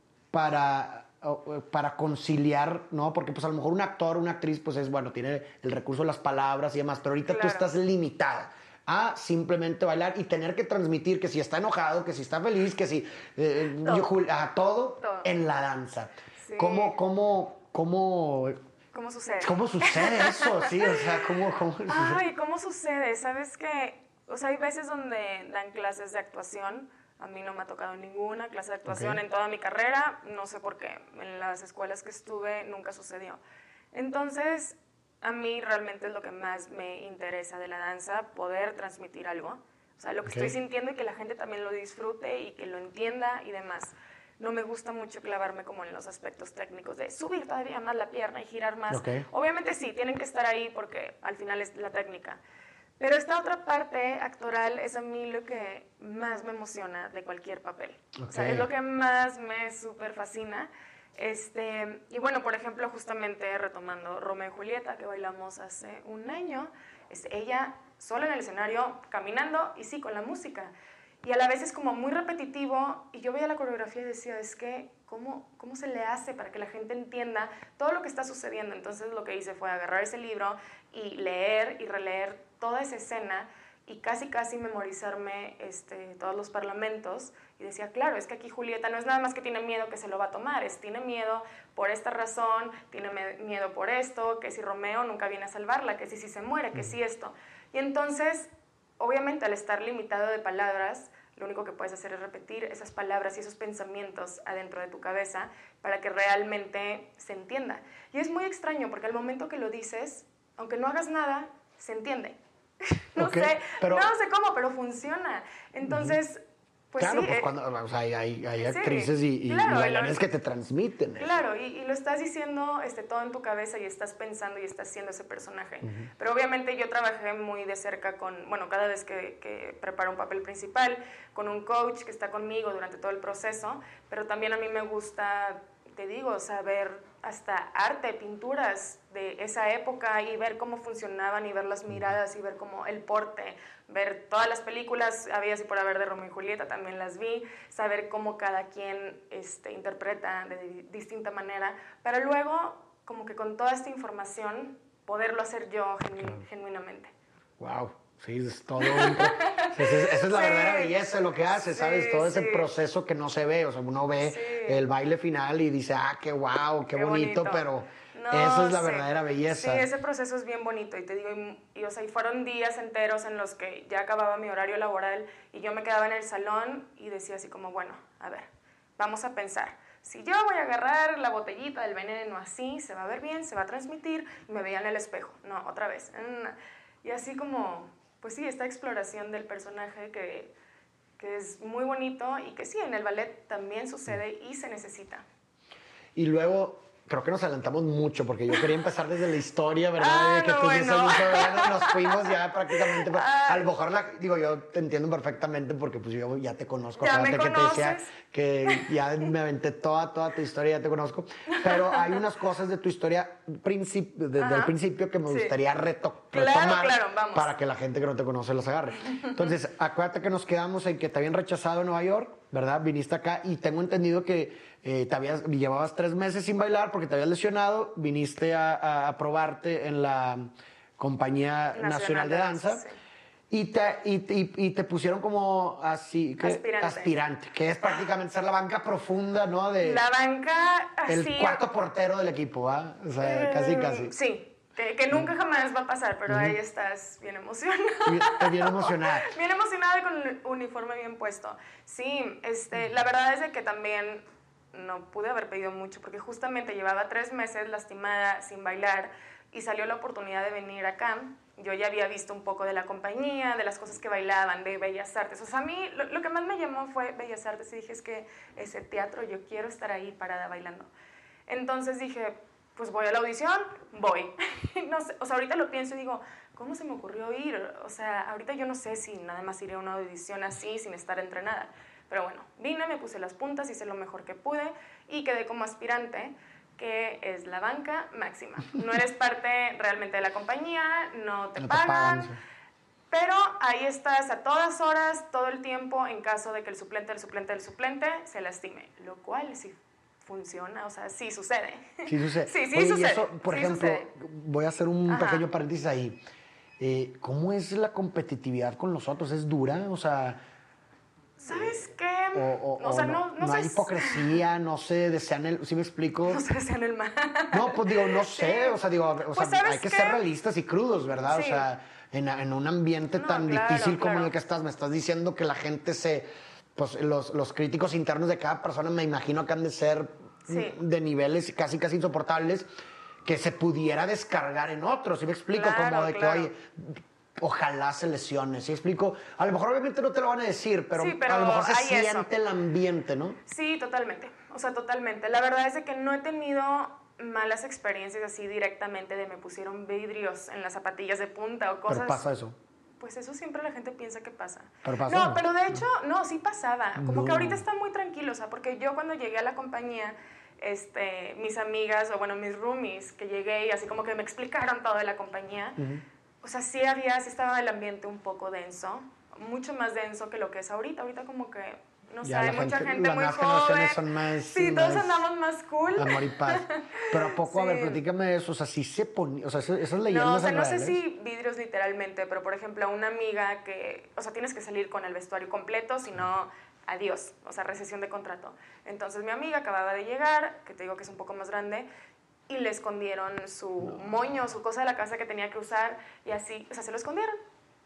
Speaker 1: para... para conciliar, ¿no? Porque pues a lo mejor un actor, una actriz, pues es, bueno, tiene el recurso de las palabras y demás, pero ahorita claro. tú estás limitada a simplemente bailar y tener que transmitir que si está enojado, que si está feliz, que si... Eh, todo. Yo, a todo, todo en la danza. Sí. ¿Cómo, cómo, cómo...
Speaker 2: ¿Cómo sucede?
Speaker 1: ¿Cómo sucede eso? Sí, o sea, ¿cómo, cómo
Speaker 2: Ay, ¿cómo sucede? ¿Sabes qué? O sea, hay veces donde dan clases de actuación. A mí no me ha tocado ninguna clase de actuación okay. en toda mi carrera, no sé por qué, en las escuelas que estuve nunca sucedió. Entonces, a mí realmente es lo que más me interesa de la danza, poder transmitir algo, o sea, lo que okay. estoy sintiendo y que la gente también lo disfrute y que lo entienda y demás. No me gusta mucho clavarme como en los aspectos técnicos de subir todavía más la pierna y girar más. Okay. Obviamente sí, tienen que estar ahí porque al final es la técnica. Pero esta otra parte actoral es a mí lo que más me emociona de cualquier papel. Okay. O sea, es lo que más me súper fascina. Este, y bueno, por ejemplo, justamente retomando Romeo y Julieta, que bailamos hace un año, es ella sola en el escenario, caminando y sí, con la música. y a la vez es como muy repetitivo, y yo veía la coreografía y decía, es que, ¿cómo, cómo se le hace para que la gente entienda todo lo que está sucediendo? Entonces lo que hice fue agarrar ese libro y leer y releer toda esa escena, y casi casi memorizarme este, todos los parlamentos, y decía, claro, es que aquí Julieta no es nada más que tiene miedo que se lo va a tomar, es tiene miedo por esta razón, tiene miedo por esto, que si Romeo nunca viene a salvarla, que si, si se muere, que si esto. Y entonces, obviamente al estar limitado de palabras, lo único que puedes hacer es repetir esas palabras y esos pensamientos adentro de tu cabeza para que realmente se entienda. Y es muy extraño porque al momento que lo dices, aunque no hagas nada, se entiende. No
Speaker 1: okay,
Speaker 2: sé,
Speaker 1: pero,
Speaker 2: no sé cómo, pero funciona. Entonces, pues
Speaker 1: claro,
Speaker 2: sí.
Speaker 1: pues
Speaker 2: eh,
Speaker 1: cuando, o sea, hay, hay, hay
Speaker 2: sí,
Speaker 1: actrices y, y,
Speaker 2: claro,
Speaker 1: y bailarines
Speaker 2: lo,
Speaker 1: que te transmiten
Speaker 2: claro,
Speaker 1: eso.
Speaker 2: y, y lo estás diciendo este, todo en tu cabeza y estás pensando y estás siendo ese personaje.
Speaker 1: Uh-huh.
Speaker 2: Pero obviamente yo trabajé muy de cerca con, bueno, cada vez que, que preparo un papel principal, con un coach que está conmigo durante todo el proceso, pero también a mí me gusta, te digo, saber hasta arte, pinturas de esa época y ver cómo funcionaban y ver las miradas y ver cómo el porte, ver todas las películas, había así por haber de Romeo y Julieta, también las vi, saber cómo cada quien este, interpreta de distinta manera, para luego, como que con toda esta información, poderlo hacer yo genu claro. genuinamente.
Speaker 1: Wow. Sí, es todo un... esa es, esa es la sí, verdadera belleza de lo que hace, sí, ¿sabes? Todo ese sí. proceso que no se ve, o sea, uno ve sí. el baile final y dice, ah, qué wow, qué, qué bonito, bonito, pero no, esa es la sí. verdadera belleza.
Speaker 2: Sí, ese proceso es bien bonito, y te digo, y, y, o sea, y fueron días enteros en los que ya acababa mi horario laboral y yo me quedaba en el salón y decía así como, bueno, a ver, vamos a pensar. Si yo voy a agarrar la botellita del veneno así, se va a ver bien, se va a transmitir, y me veía en el espejo, no, otra vez. Y así como... pues sí, esta exploración del personaje que, que es muy bonito y que sí, en el ballet también sucede y se necesita.
Speaker 1: Y luego, creo que nos adelantamos mucho porque yo quería empezar desde la historia, ¿verdad?
Speaker 2: Ah,
Speaker 1: de que
Speaker 2: no,
Speaker 1: tú
Speaker 2: bueno.
Speaker 1: dices, ¿verdad? Nos fuimos ya prácticamente. Ah. A lo mejor, la, digo, yo te entiendo perfectamente porque pues yo ya te conozco.
Speaker 2: Ya me
Speaker 1: que
Speaker 2: conoces.
Speaker 1: te decía que ya me aventé toda, toda tu historia, ya te conozco. Pero hay unas cosas de tu historia princip desde Ajá. el principio que me sí. gustaría reto
Speaker 2: claro,
Speaker 1: retomar
Speaker 2: claro, vamos.
Speaker 1: para que la gente que no te conoce las agarre. Entonces, acuérdate que nos quedamos en que te habían rechazado en Nueva York, ¿verdad? Viniste acá y tengo entendido que eh, te habías, llevabas tres meses sin bailar porque te habías lesionado, viniste a, a, a probarte en la Compañía Nacional, Nacional de Danza, Danza sí. y, te, y, y, y te pusieron como así, que,
Speaker 2: aspirante.
Speaker 1: aspirante, que es prácticamente ser la banca profunda, ¿no? De,
Speaker 2: la banca así.
Speaker 1: El cuarto portero del equipo, ¿va? O sea,
Speaker 2: eh,
Speaker 1: casi, casi.
Speaker 2: Sí. Que, que nunca jamás va a pasar, pero uh-huh. ahí estás bien emocionada.
Speaker 1: Bien, bien emocionada.
Speaker 2: Bien emocionada y con el uniforme bien puesto. Sí, este, la verdad es de que también no pude haber pedido mucho, porque justamente llevaba tres meses lastimada, sin bailar, y salió la oportunidad de venir acá. Yo ya había visto un poco de la compañía, de las cosas que bailaban, de Bellas Artes. O sea, a mí lo, lo que más me llamó fue Bellas Artes, y dije, es que ese teatro, yo quiero estar ahí parada bailando. Entonces dije, pues voy a la audición, voy. No sé, o sea, ahorita lo pienso y digo, ¿cómo se me ocurrió ir? O sea, ahorita yo no sé si nada más iré a una audición así, sin estar entrenada. Pero bueno, vine, me puse las puntas, hice lo mejor que pude y quedé como aspirante, que es la banca máxima. No eres parte realmente de la compañía, no te no pagan, te pagan sí. pero ahí estás a todas horas, todo el tiempo, en caso de que el suplente, el suplente, el suplente se lastime, lo cual sí funciona, o sea, sí sucede.
Speaker 1: Sí sucede.
Speaker 2: Sí, sí
Speaker 1: Oye,
Speaker 2: sucede.
Speaker 1: Y eso, por
Speaker 2: sí
Speaker 1: ejemplo,
Speaker 2: sucede.
Speaker 1: voy a hacer un
Speaker 2: Ajá.
Speaker 1: pequeño paréntesis ahí. Eh, ¿Cómo es la competitividad con los otros? ¿Es dura? O sea...
Speaker 2: ¿Sabes qué?
Speaker 1: O, o,
Speaker 2: o sea,
Speaker 1: o no,
Speaker 2: no, no,
Speaker 1: no hay
Speaker 2: sé
Speaker 1: hipocresía, no se desean el... ¿Sí me explico?
Speaker 2: No se desean el mal.
Speaker 1: No, pues digo, no sé, sí. o sea, digo, o
Speaker 2: pues
Speaker 1: sea, hay que
Speaker 2: qué?
Speaker 1: ser realistas y crudos, ¿verdad? Sí. O sea, en, en un ambiente
Speaker 2: no,
Speaker 1: tan
Speaker 2: claro,
Speaker 1: difícil como
Speaker 2: claro.
Speaker 1: en el que estás, me estás diciendo que la gente se... Pues los, los críticos internos de cada persona me imagino que han de ser
Speaker 2: sí.
Speaker 1: de niveles casi, casi insoportables, que se pudiera descargar en otros, ¿sí me explico?
Speaker 2: Claro,
Speaker 1: como de
Speaker 2: claro.
Speaker 1: que, oye... Ojalá se lesione, ¿sí explico? A lo mejor obviamente no te lo van a decir, pero,
Speaker 2: sí, pero
Speaker 1: a lo mejor se siente
Speaker 2: eso.
Speaker 1: el ambiente, ¿no?
Speaker 2: Sí, totalmente, o sea, totalmente. La verdad es de que no he tenido malas experiencias así directamente de me pusieron vidrios en las zapatillas de punta o cosas...
Speaker 1: Pero pasa eso.
Speaker 2: Pues eso siempre la gente piensa que pasa.
Speaker 1: Pero pasa.
Speaker 2: No, pero de hecho, no, sí pasaba. Como
Speaker 1: no.
Speaker 2: que ahorita está muy tranquilo, o sea, porque yo cuando llegué a la compañía... Este, mis amigas, o bueno, mis roomies, que llegué y así como que me explicaron todo de la compañía...
Speaker 1: Uh-huh.
Speaker 2: o sea, sí había, sí estaba el ambiente un poco denso, mucho más denso que lo que es ahorita. Ahorita como que, no sé,
Speaker 1: Ya
Speaker 2: hay
Speaker 1: la
Speaker 2: mucha
Speaker 1: gente,
Speaker 2: gente
Speaker 1: las
Speaker 2: muy
Speaker 1: nuevas
Speaker 2: joven.
Speaker 1: generaciones son más...
Speaker 2: Sí, todos
Speaker 1: más
Speaker 2: andamos más cool.
Speaker 1: amor y paz. Pero ¿a poco? A ver,
Speaker 2: Sí.
Speaker 1: platícame de eso. O sea, sí se ponía... O sea, esas esas
Speaker 2: No,
Speaker 1: leyendas
Speaker 2: o sea,
Speaker 1: son
Speaker 2: no sé
Speaker 1: reales.
Speaker 2: si vidrios literalmente, pero por ejemplo, una amiga que, o sea, tienes que salir con el vestuario completo, si no, adiós, o sea, rescisión de contrato. Entonces mi amiga acababa de llegar, que te digo que es un poco más grande, y le escondieron su
Speaker 1: No.
Speaker 2: moño, su cosa de la casa que tenía que usar, y así, o sea, se lo escondieron.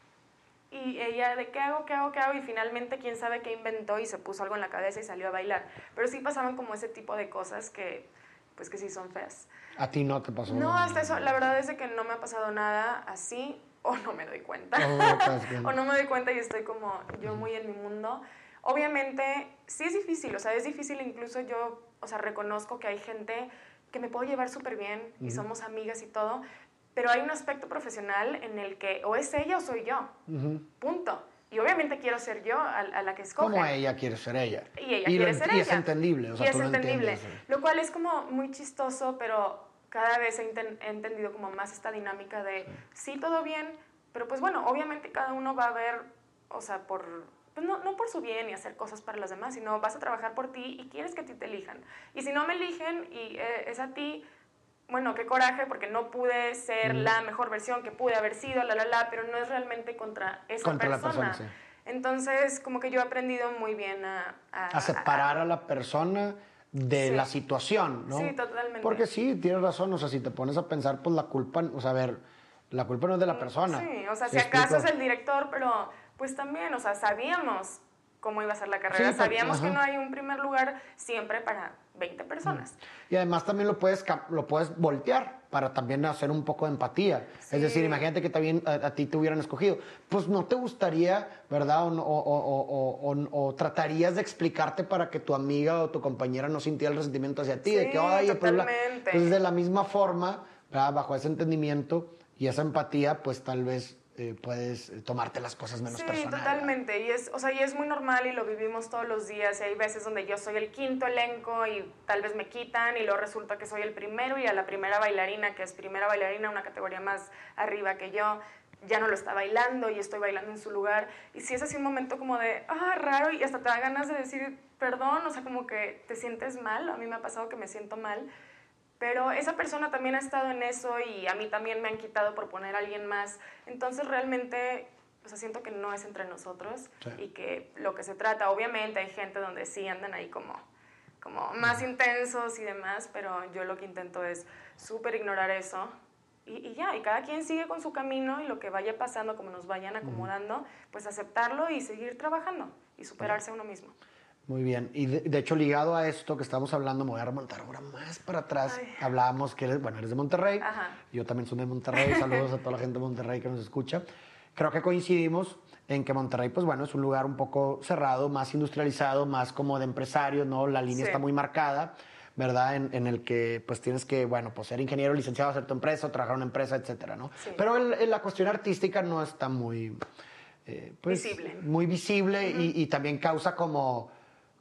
Speaker 2: Y ella, ¿de qué hago, qué hago, qué hago? Y finalmente, quién sabe qué inventó y se puso algo en la cabeza y salió a bailar. Pero sí pasaban como ese tipo de cosas que, pues que sí son feas.
Speaker 1: A ti no te pasó
Speaker 2: No,
Speaker 1: nada.
Speaker 2: hasta eso, la verdad es de que no me ha pasado nada así, o no me doy cuenta.
Speaker 1: Oh, no te das cuenta.
Speaker 2: O no me doy cuenta y estoy como yo muy en mi mundo. Obviamente, sí es difícil, o sea, es difícil incluso yo, o sea, reconozco que hay gente que me puedo llevar súper bien y
Speaker 1: Ujú.
Speaker 2: somos amigas y todo, pero hay un aspecto profesional en el que o es ella o soy yo,
Speaker 1: Ujú.
Speaker 2: punto. Y obviamente quiero ser yo a, a la que escoge.
Speaker 1: Como ella quiere ser ella.
Speaker 2: Y ella
Speaker 1: y
Speaker 2: quiere
Speaker 1: lo,
Speaker 2: ser
Speaker 1: y
Speaker 2: ella.
Speaker 1: es entendible. O sea,
Speaker 2: y es
Speaker 1: tú lo
Speaker 2: entendible.
Speaker 1: entiendes.
Speaker 2: Lo cual es como muy chistoso, pero cada vez he, enten- he entendido como más esta dinámica de, sí. sí, todo bien, pero pues bueno, obviamente cada uno va a ver, o sea, por, pues no, no por su bien y hacer cosas para los demás, sino vas a trabajar por ti y quieres que a ti te elijan. Y si no me eligen y eh, es a ti, bueno, qué coraje, porque no pude ser
Speaker 1: Mm.
Speaker 2: la mejor versión que pude haber sido, la, la, la, pero no es realmente contra esa
Speaker 1: Contra
Speaker 2: persona.
Speaker 1: la persona, sí.
Speaker 2: Entonces, como que yo he aprendido muy bien a... A,
Speaker 1: A separar a, a la persona de
Speaker 2: sí.
Speaker 1: la situación, ¿no?
Speaker 2: Sí, totalmente.
Speaker 1: Porque sí, tienes razón. O sea, si te pones a pensar, pues la culpa... O sea, a ver, la culpa no es de la persona.
Speaker 2: Sí, o sea,
Speaker 1: ¿Sí
Speaker 2: si acaso
Speaker 1: explico?
Speaker 2: es el director, pero pues también, o sea, sabíamos cómo iba a ser la carrera,
Speaker 1: Sí, pa-
Speaker 2: sabíamos
Speaker 1: ajá.
Speaker 2: que no hay un primer lugar siempre para veinte personas.
Speaker 1: Y además también lo puedes, ca- lo puedes voltear para también hacer un poco de empatía.
Speaker 2: Sí.
Speaker 1: Es decir, imagínate que también a, a ti te hubieran escogido. Pues no te gustaría, ¿verdad? O, no- o- o- o- o- o tratarías de explicarte para que tu amiga o tu compañera no sintiera el resentimiento hacia ti.
Speaker 2: Sí,
Speaker 1: de que, oye, pues la-
Speaker 2: totalmente.
Speaker 1: entonces de la misma forma, ¿verdad? Bajo ese entendimiento y esa empatía, pues tal vez eh, puedes eh, tomarte las cosas menos
Speaker 2: Sí,
Speaker 1: personal.
Speaker 2: totalmente. Y es, o sea, y es muy normal y lo vivimos todos los días. Y hay veces donde yo soy el quinto elenco y tal vez me quitan y luego resulta que soy el primero y a la primera bailarina, que es primera bailarina, una categoría más arriba que yo, ya no lo está bailando y estoy bailando en su lugar. Y sí es así un momento como de, ah, raro, y hasta te da ganas de decir perdón, o sea, como que te sientes mal. A mí me ha pasado que me siento mal. Pero esa persona también ha estado en eso y a mí también me han quitado por poner a alguien más. Entonces realmente, o sea, siento que no es entre nosotros
Speaker 1: Sí.
Speaker 2: y que lo que se trata, obviamente hay gente donde sí andan ahí como, como más intensos y demás, pero yo lo que intento es súper ignorar eso y, y ya, y cada quien sigue con su camino y lo que vaya pasando, como nos vayan acomodando, pues aceptarlo y seguir trabajando y superarse a uno mismo.
Speaker 1: Muy bien. Y de, de hecho, ligado a esto que estamos hablando, me voy a remontar ahora más para atrás.
Speaker 2: Ay.
Speaker 1: Hablábamos que eres, bueno, eres de Monterrey.
Speaker 2: Ajá.
Speaker 1: Yo también soy de Monterrey. Saludos a toda la gente de Monterrey que nos escucha. Creo que coincidimos en que Monterrey, pues bueno, es un lugar un poco cerrado, más industrializado, más como de empresarios, ¿no? La línea
Speaker 2: Sí.
Speaker 1: está muy marcada, ¿verdad? En, en el que, pues tienes que, bueno, pues ser ingeniero, licenciado, hacer tu empresa, o trabajar en una empresa, etcétera, ¿no?
Speaker 2: Sí.
Speaker 1: Pero el- el- la cuestión artística no está muy... eh, pues,
Speaker 2: Visible.
Speaker 1: Muy visible y, y también causa como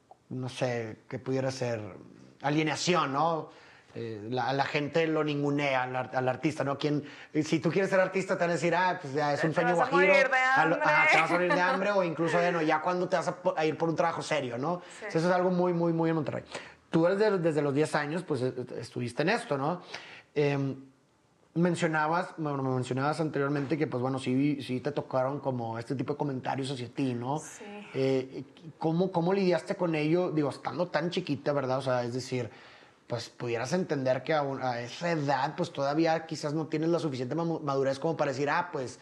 Speaker 1: no sé, que pudiera ser alienación, ¿no? Eh, la, la gente lo ningunea al, ar- al artista, ¿no? Quien, si tú quieres ser artista te van a decir, ah, pues ya es un
Speaker 2: Te
Speaker 1: sueño
Speaker 2: vas a
Speaker 1: guajiro.
Speaker 2: morir de
Speaker 1: a lo-
Speaker 2: hambre.
Speaker 1: ajá, te vas a morir de hambre o incluso, bueno, ya cuando te vas a, po- a ir por un trabajo serio, ¿no?
Speaker 2: Sí.
Speaker 1: Entonces, eso es algo muy, muy, muy en Monterrey. Tú eres de- desde los diez años, pues eh, estuviste en esto, ¿no? Eh, mencionabas, bueno, me mencionabas anteriormente que, pues bueno, sí, sí te tocaron como este tipo de comentarios hacia ti, ¿no?
Speaker 2: Sí.
Speaker 1: Eh, ¿cómo, ¿Cómo lidiaste con ello? Digo, estando tan chiquita, ¿verdad? O sea, es decir, pues pudieras entender que a, un- a esa edad, pues todavía quizás no tienes la suficiente mamu- madurez como para decir, ah, pues,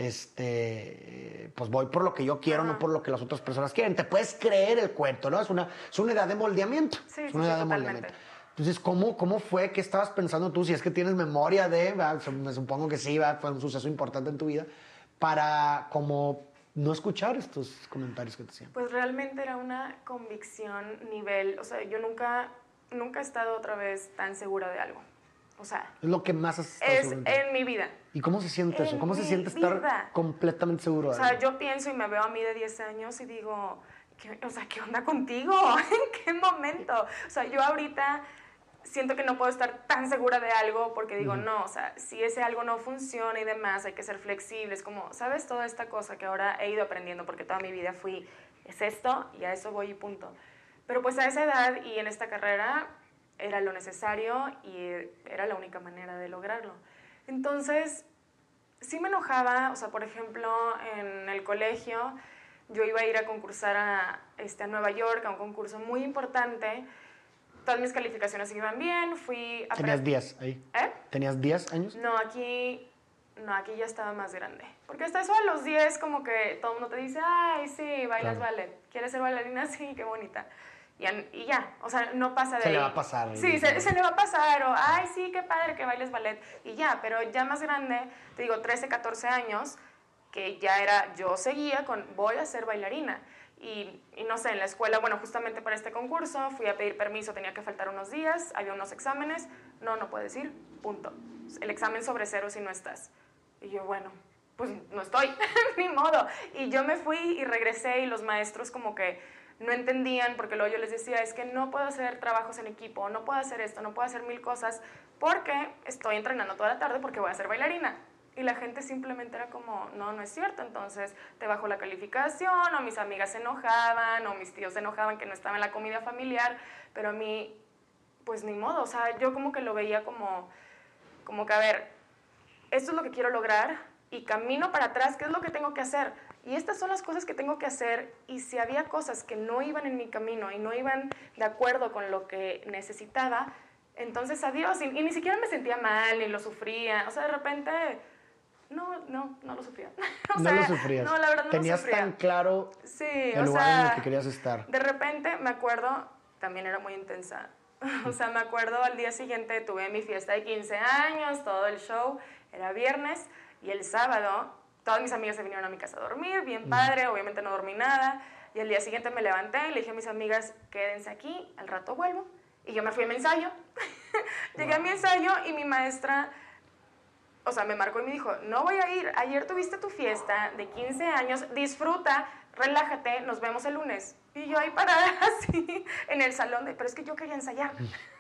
Speaker 1: este, eh, pues voy por lo que yo quiero,
Speaker 2: Ajá.
Speaker 1: no por lo que las otras personas quieren. Te puedes creer el cuento, ¿no? Es una, es una edad de moldeamiento.
Speaker 2: Sí,
Speaker 1: es
Speaker 2: sí,
Speaker 1: una
Speaker 2: sí,
Speaker 1: edad de
Speaker 2: totalmente.
Speaker 1: moldeamiento. Entonces, ¿cómo, ¿cómo fue? ¿Qué estabas pensando tú? Si es que tienes memoria de, ¿verdad? Me supongo que sí, ¿verdad? Fue un suceso importante en tu vida, para como no escuchar estos comentarios que te hacían.
Speaker 2: Pues realmente era una convicción nivel, o sea, yo nunca, nunca he estado otra vez tan segura de algo. O sea,
Speaker 1: Es lo que más has estado
Speaker 2: es
Speaker 1: seguro en ti.
Speaker 2: en mi vida.
Speaker 1: ¿Y cómo se siente eso?
Speaker 2: en
Speaker 1: ¿Cómo se
Speaker 2: mi
Speaker 1: siente estar
Speaker 2: vida.
Speaker 1: completamente seguro
Speaker 2: O
Speaker 1: de
Speaker 2: sea,
Speaker 1: algo?
Speaker 2: yo pienso y me veo a mí de diez años y digo, ¿qué, o sea, ¿qué onda contigo? ¿En qué momento? O sea, yo ahorita siento que no puedo estar tan segura de algo porque digo, uh-huh. no, o sea, si ese algo no funciona y demás, hay que ser flexibles, como, ¿sabes? Toda esta cosa que ahora he ido aprendiendo porque toda mi vida fui, es esto y a eso voy y punto. Pero pues a esa edad y en esta carrera era lo necesario y era la única manera de lograrlo. Entonces, sí me enojaba, o sea, por ejemplo, en el colegio yo iba a ir a concursar a, este, a Nueva York, a un concurso muy importante. Todas mis calificaciones iban bien, fui a...
Speaker 1: ¿Tenías diez ahí?
Speaker 2: ¿Eh?
Speaker 1: ¿Tenías diez años?
Speaker 2: No, aquí, no, aquí ya estaba más grande. Porque hasta eso a los diez como que todo el mundo te dice, ay, sí, bailas claro. ballet. ¿Quieres ser bailarina? Sí, qué bonita. Y, y ya, o sea, no pasa de
Speaker 1: se
Speaker 2: ahí.
Speaker 1: Se le va a pasar.
Speaker 2: Sí, se, se le va a pasar, o, ay, sí, qué padre que bailes ballet. Y ya, pero ya más grande, te digo, trece, catorce años, que ya era, yo seguía con, voy a ser bailarina. Y, y no sé, en la escuela, bueno, justamente para este concurso, fui a pedir permiso, tenía que faltar unos días, había unos exámenes, no, no puedes ir, punto. El examen sobre cero si no estás. Y yo, bueno, pues no estoy, ni modo. Y yo me fui y regresé y los maestros como que no entendían, porque luego yo les decía, es que no puedo hacer trabajos en equipo, no puedo hacer esto, no puedo hacer mil cosas, porque estoy entrenando toda la tarde porque voy a ser bailarina. Y la gente simplemente era como, no, no es cierto, entonces te bajó la calificación, o mis amigas se enojaban, o mis tíos se enojaban que no estaba en la comida familiar, pero a mí, pues ni modo, o sea, yo como que lo veía como, como que, a ver, esto es lo que quiero lograr, y camino para atrás, ¿qué es lo que tengo que hacer? Y estas son las cosas que tengo que hacer, y si había cosas que no iban en mi camino, y no iban de acuerdo con lo que necesitaba, entonces adiós, y, y ni siquiera me sentía mal, ni lo sufría, o sea, de repente... No, no, no lo sufría.
Speaker 1: o sea, no lo sufrías.
Speaker 2: No, la verdad no
Speaker 1: Tenías
Speaker 2: lo sufría.
Speaker 1: tan claro
Speaker 2: sí,
Speaker 1: el
Speaker 2: o
Speaker 1: lugar
Speaker 2: sea,
Speaker 1: en el que querías estar.
Speaker 2: De repente, me acuerdo, también era muy intensa. O sea, me acuerdo al día siguiente tuve mi fiesta de quince años, todo el show, era viernes, y el sábado todas mis amigas se vinieron a mi casa a dormir, bien padre, mm. obviamente no dormí nada, y al día siguiente me levanté y le dije a mis amigas, quédense aquí, al rato vuelvo, y yo me fui a mi ensayo. Llegué wow. a mi ensayo y mi maestra... O sea, me marcó y me dijo, no voy a ir, ayer tuviste tu fiesta de quince años, disfruta, relájate, nos vemos el lunes. Y yo ahí parada así en el salón, de, pero es que yo quería ensayar.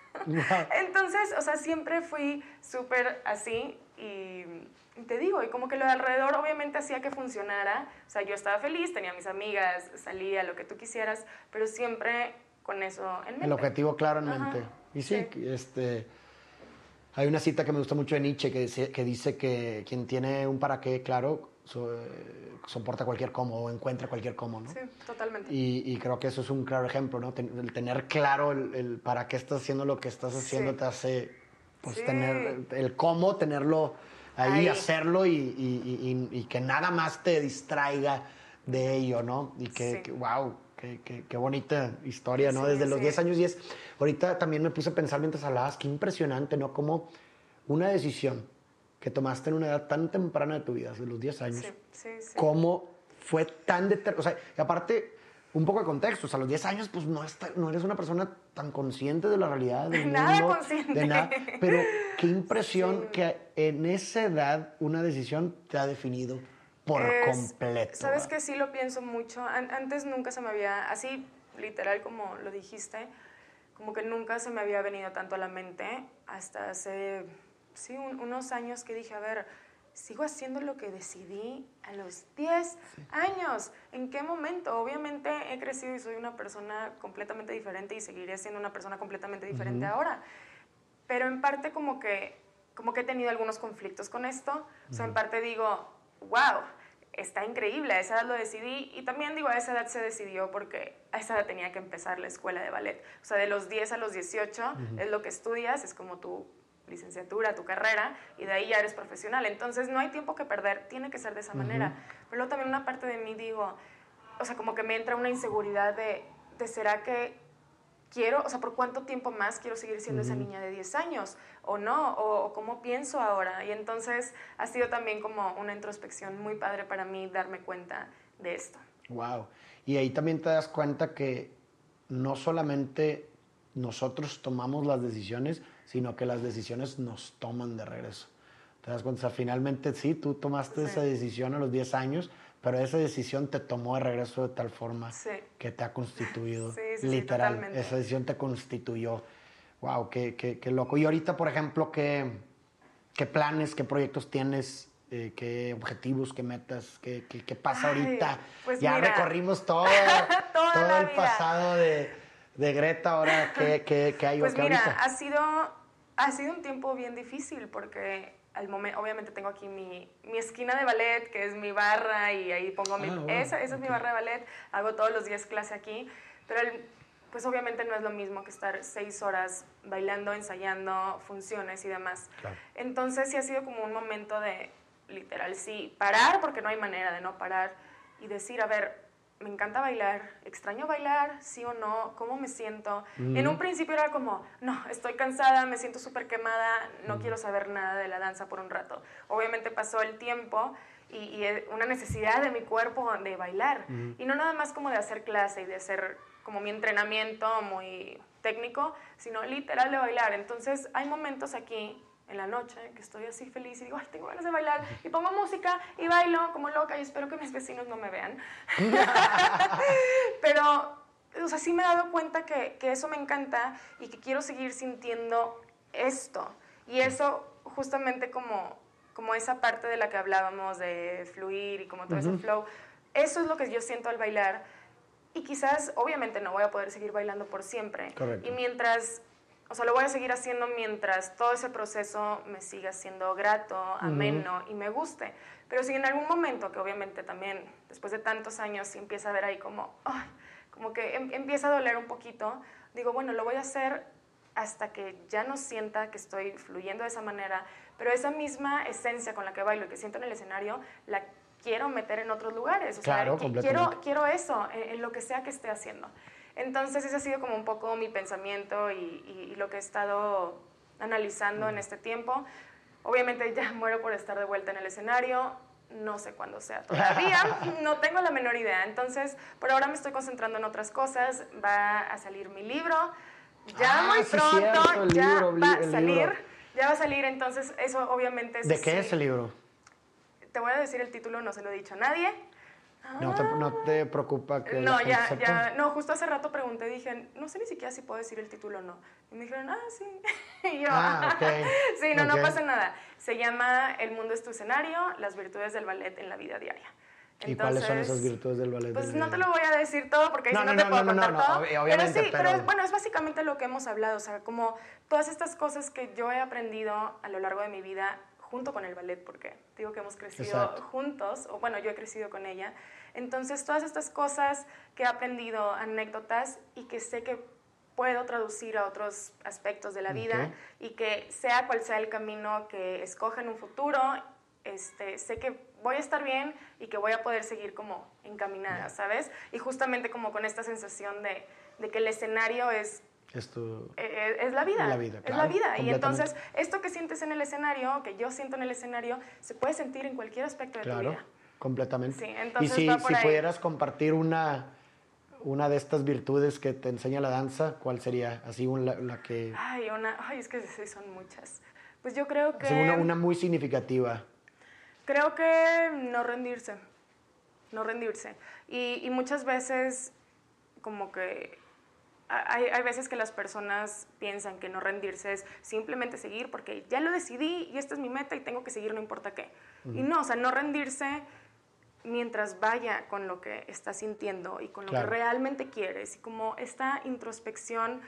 Speaker 2: Entonces, o sea, siempre fui súper así y te digo, y como que lo de alrededor obviamente hacía que funcionara. O sea, yo estaba feliz, tenía mis amigas, salía, lo que tú quisieras, pero siempre con eso en mente.
Speaker 1: El objetivo claro en mente. Ajá. Y sí, sí. este... Hay una cita que me gusta mucho de Nietzsche que dice que, dice que quien tiene un para qué claro so, eh, soporta cualquier cómo o encuentra cualquier cómo, ¿no?
Speaker 2: Sí, totalmente.
Speaker 1: Y, y creo que eso es un claro ejemplo, ¿no? Ten, el tener claro el, el para qué estás haciendo lo que estás haciendo sí. te hace pues, sí. tener el, el cómo, tenerlo ahí, ahí. hacerlo y, y, y, y que nada más te distraiga de ello, ¿no? Y que, sí. que wow, qué, qué, qué bonita historia, ¿no? Sí, Desde sí. los diez años, diez. Ahorita también me puse a pensar mientras hablabas, qué impresionante, ¿no? Como una decisión que tomaste en una edad tan temprana de tu vida, de los diez años,
Speaker 2: sí, sí, sí.
Speaker 1: cómo fue tan determinante. O sea, y aparte, un poco de contexto, o sea, a los diez años, pues no, está, no eres una persona tan consciente de la realidad del
Speaker 2: nada
Speaker 1: mundo.
Speaker 2: consciente.
Speaker 1: De nada. Pero qué impresión sí. que en esa edad una decisión te ha definido por es, completo.
Speaker 2: Sabes ¿verdad? Que sí lo pienso mucho. Antes nunca se me había, así literal como lo dijiste, como que nunca se me había venido tanto a la mente hasta hace, sí, un, unos años que dije, a ver, sigo haciendo lo que decidí a los diez sí. años. ¿En qué momento? Obviamente he crecido y soy una persona completamente diferente y seguiré siendo una persona completamente diferente uh-huh. ahora. Pero en parte como que, como que he tenido algunos conflictos con esto. Uh-huh. O sea, en parte digo, wow, está increíble, a esa edad lo decidí. Y también digo, a esa edad se decidió porque a esa edad tenía que empezar la escuela de ballet. O sea, de los diez a los dieciocho uh-huh. es lo que estudias, es como tu licenciatura, tu carrera, y de ahí ya eres profesional. Entonces no hay tiempo que perder, tiene que ser de esa uh-huh. manera. Pero luego también una parte de mí digo, o sea, como que me entra una inseguridad de, de ¿será que quiero, o sea, por cuánto tiempo más quiero seguir siendo uh-huh. esa niña de diez años? ¿O no? ¿O, o cómo pienso ahora? Y entonces ha sido también como una introspección muy padre para mí darme cuenta de esto.
Speaker 1: Wow. Y ahí también te das cuenta que no solamente nosotros tomamos las decisiones, sino que las decisiones nos toman de regreso. ¿Te das cuenta? O sea, finalmente sí, tú tomaste sí. esa decisión a los diez años, pero esa decisión te tomó de regreso de tal forma
Speaker 2: sí.
Speaker 1: que te ha constituido.
Speaker 2: Sí, sí,
Speaker 1: literal,
Speaker 2: sí,
Speaker 1: esa decisión te constituyó. Wow, qué, qué, qué loco. Y ahorita, por ejemplo, ¿qué, qué planes, qué proyectos tienes? Eh, ¿Qué objetivos, qué metas, qué, qué, qué pasa
Speaker 2: Ay,
Speaker 1: ahorita?
Speaker 2: pues
Speaker 1: Ya
Speaker 2: mira,
Speaker 1: recorrimos todo,
Speaker 2: toda
Speaker 1: todo
Speaker 2: la
Speaker 1: el
Speaker 2: vida.
Speaker 1: pasado de, de Greta. Ahora, ¿qué, qué, qué hay
Speaker 2: Pues
Speaker 1: qué
Speaker 2: mira,
Speaker 1: ahorita?
Speaker 2: ha sido, ha sido un tiempo bien difícil porque al momento, obviamente tengo aquí mi, mi esquina de ballet, que es mi barra, y ahí pongo mi...
Speaker 1: Ah, wow,
Speaker 2: Esa, esa es mi
Speaker 1: ok.
Speaker 2: barra de ballet, hago todos los días clase aquí, pero el, pues obviamente no es lo mismo que estar seis horas bailando, ensayando funciones y demás.
Speaker 1: Claro.
Speaker 2: Entonces sí ha sido como un momento de, literal, sí, parar, porque no hay manera de no parar, y decir, a ver, me encanta bailar, extraño bailar, sí o no, cómo me siento.
Speaker 1: Mm.
Speaker 2: En un principio era como, no, estoy cansada, me siento súper quemada, no
Speaker 1: Mm.
Speaker 2: quiero saber nada de la danza por un rato. Obviamente pasó el tiempo y, y una necesidad de mi cuerpo de bailar.
Speaker 1: Mm.
Speaker 2: Y no nada más como de hacer clase y de hacer como mi entrenamiento muy técnico, sino literal de bailar. Entonces hay momentos aquí en la noche que estoy así feliz y digo, ay, tengo ganas de bailar, y pongo música y bailo como loca y espero que mis vecinos no me vean. Pero, o sea, sí me he dado cuenta que, que eso me encanta y que quiero seguir sintiendo esto. Y eso justamente como, como esa parte de la que hablábamos de fluir y como todo
Speaker 1: Uh-huh.
Speaker 2: ese flow, eso es lo que yo siento al bailar. Y quizás, obviamente, no voy a poder seguir bailando por siempre.
Speaker 1: Correcto.
Speaker 2: Y mientras... O sea, lo voy a seguir haciendo mientras todo ese proceso me siga siendo grato, ameno uh-huh. y me guste. Pero si en algún momento, que obviamente también después de tantos años sí empieza a ver ahí como, oh, como que em, empieza a doler un poquito, digo, bueno, lo voy a hacer hasta que ya no sienta que estoy fluyendo de esa manera, pero esa misma esencia con la que bailo y que siento en el escenario, la quiero meter en otros lugares. O
Speaker 1: claro,
Speaker 2: sea, quiero, quiero eso en, en lo que sea que esté haciendo. Entonces ese ha sido como un poco mi pensamiento y, y, y lo que he estado analizando mm. en este tiempo. Obviamente ya muero por estar de vuelta en el escenario, no sé cuándo sea todavía, no tengo la menor idea. Entonces por ahora me estoy concentrando en otras cosas, va a salir mi libro, ya
Speaker 1: ah,
Speaker 2: muy
Speaker 1: sí,
Speaker 2: pronto,
Speaker 1: cierto, el
Speaker 2: ya
Speaker 1: libro,
Speaker 2: va a
Speaker 1: el
Speaker 2: salir,
Speaker 1: libro.
Speaker 2: ya va a salir, entonces eso obviamente...
Speaker 1: ¿De qué
Speaker 2: sí,
Speaker 1: es el libro?
Speaker 2: Te voy a decir el título, no se lo he dicho a nadie.
Speaker 1: No te, no te preocupa que
Speaker 2: no,
Speaker 1: la gente
Speaker 2: ya,
Speaker 1: sepa.
Speaker 2: ya, no, justo hace rato pregunté, dije, no sé ni siquiera si puedo decir el título o no. Y me dijeron, ah, sí. Y yo,
Speaker 1: ah, ok.
Speaker 2: sí, no,
Speaker 1: okay.
Speaker 2: no pasa nada. Se llama El mundo es tu escenario, las virtudes del ballet en la vida diaria.
Speaker 1: Entonces, ¿y cuáles son esas virtudes del ballet?
Speaker 2: Pues
Speaker 1: del
Speaker 2: no te lo voy a decir todo porque ahí
Speaker 1: no,
Speaker 2: sí no,
Speaker 1: no,
Speaker 2: te
Speaker 1: no,
Speaker 2: puedo
Speaker 1: no,
Speaker 2: contar
Speaker 1: no,
Speaker 2: todo.
Speaker 1: no, obviamente,
Speaker 2: pero sí,
Speaker 1: pero...
Speaker 2: pero bueno, es básicamente lo que hemos hablado, o sea, como todas estas cosas que yo he aprendido a lo largo de mi vida junto con el ballet, porque digo que hemos crecido Exacto. juntos, o bueno, yo he crecido con ella. Entonces, todas estas cosas que he aprendido, anécdotas, y que sé que puedo traducir a otros aspectos de la vida, okay. y que sea cual sea el camino que escoja en un futuro, este, sé que voy a estar bien y que voy a poder seguir como encaminada, yeah. ¿sabes? Y justamente como con esta sensación de, de que el escenario es...
Speaker 1: Esto
Speaker 2: es, es la vida,
Speaker 1: la vida claro,
Speaker 2: es la vida. Y entonces, esto que sientes en el escenario, que yo siento en el escenario, se puede sentir en cualquier aspecto de
Speaker 1: claro,
Speaker 2: tu vida.
Speaker 1: Completamente.
Speaker 2: Sí, entonces
Speaker 1: y si,
Speaker 2: va por
Speaker 1: si
Speaker 2: ahí.
Speaker 1: pudieras compartir una, una de estas virtudes que te enseña la danza, ¿cuál sería? Así una, la que...
Speaker 2: Ay, una, ay, es que sí, son muchas. Pues yo creo que...
Speaker 1: Así una, una muy significativa.
Speaker 2: Creo que no rendirse, no rendirse. Y, y muchas veces como que... Hay, hay veces que las personas piensan que no rendirse es simplemente seguir porque ya lo decidí y esta es mi meta y tengo que seguir no importa qué. Uh-huh. Y no, o sea, no rendirse mientras vaya con lo que estás sintiendo y con lo claro. que realmente quieres. Y como esta introspección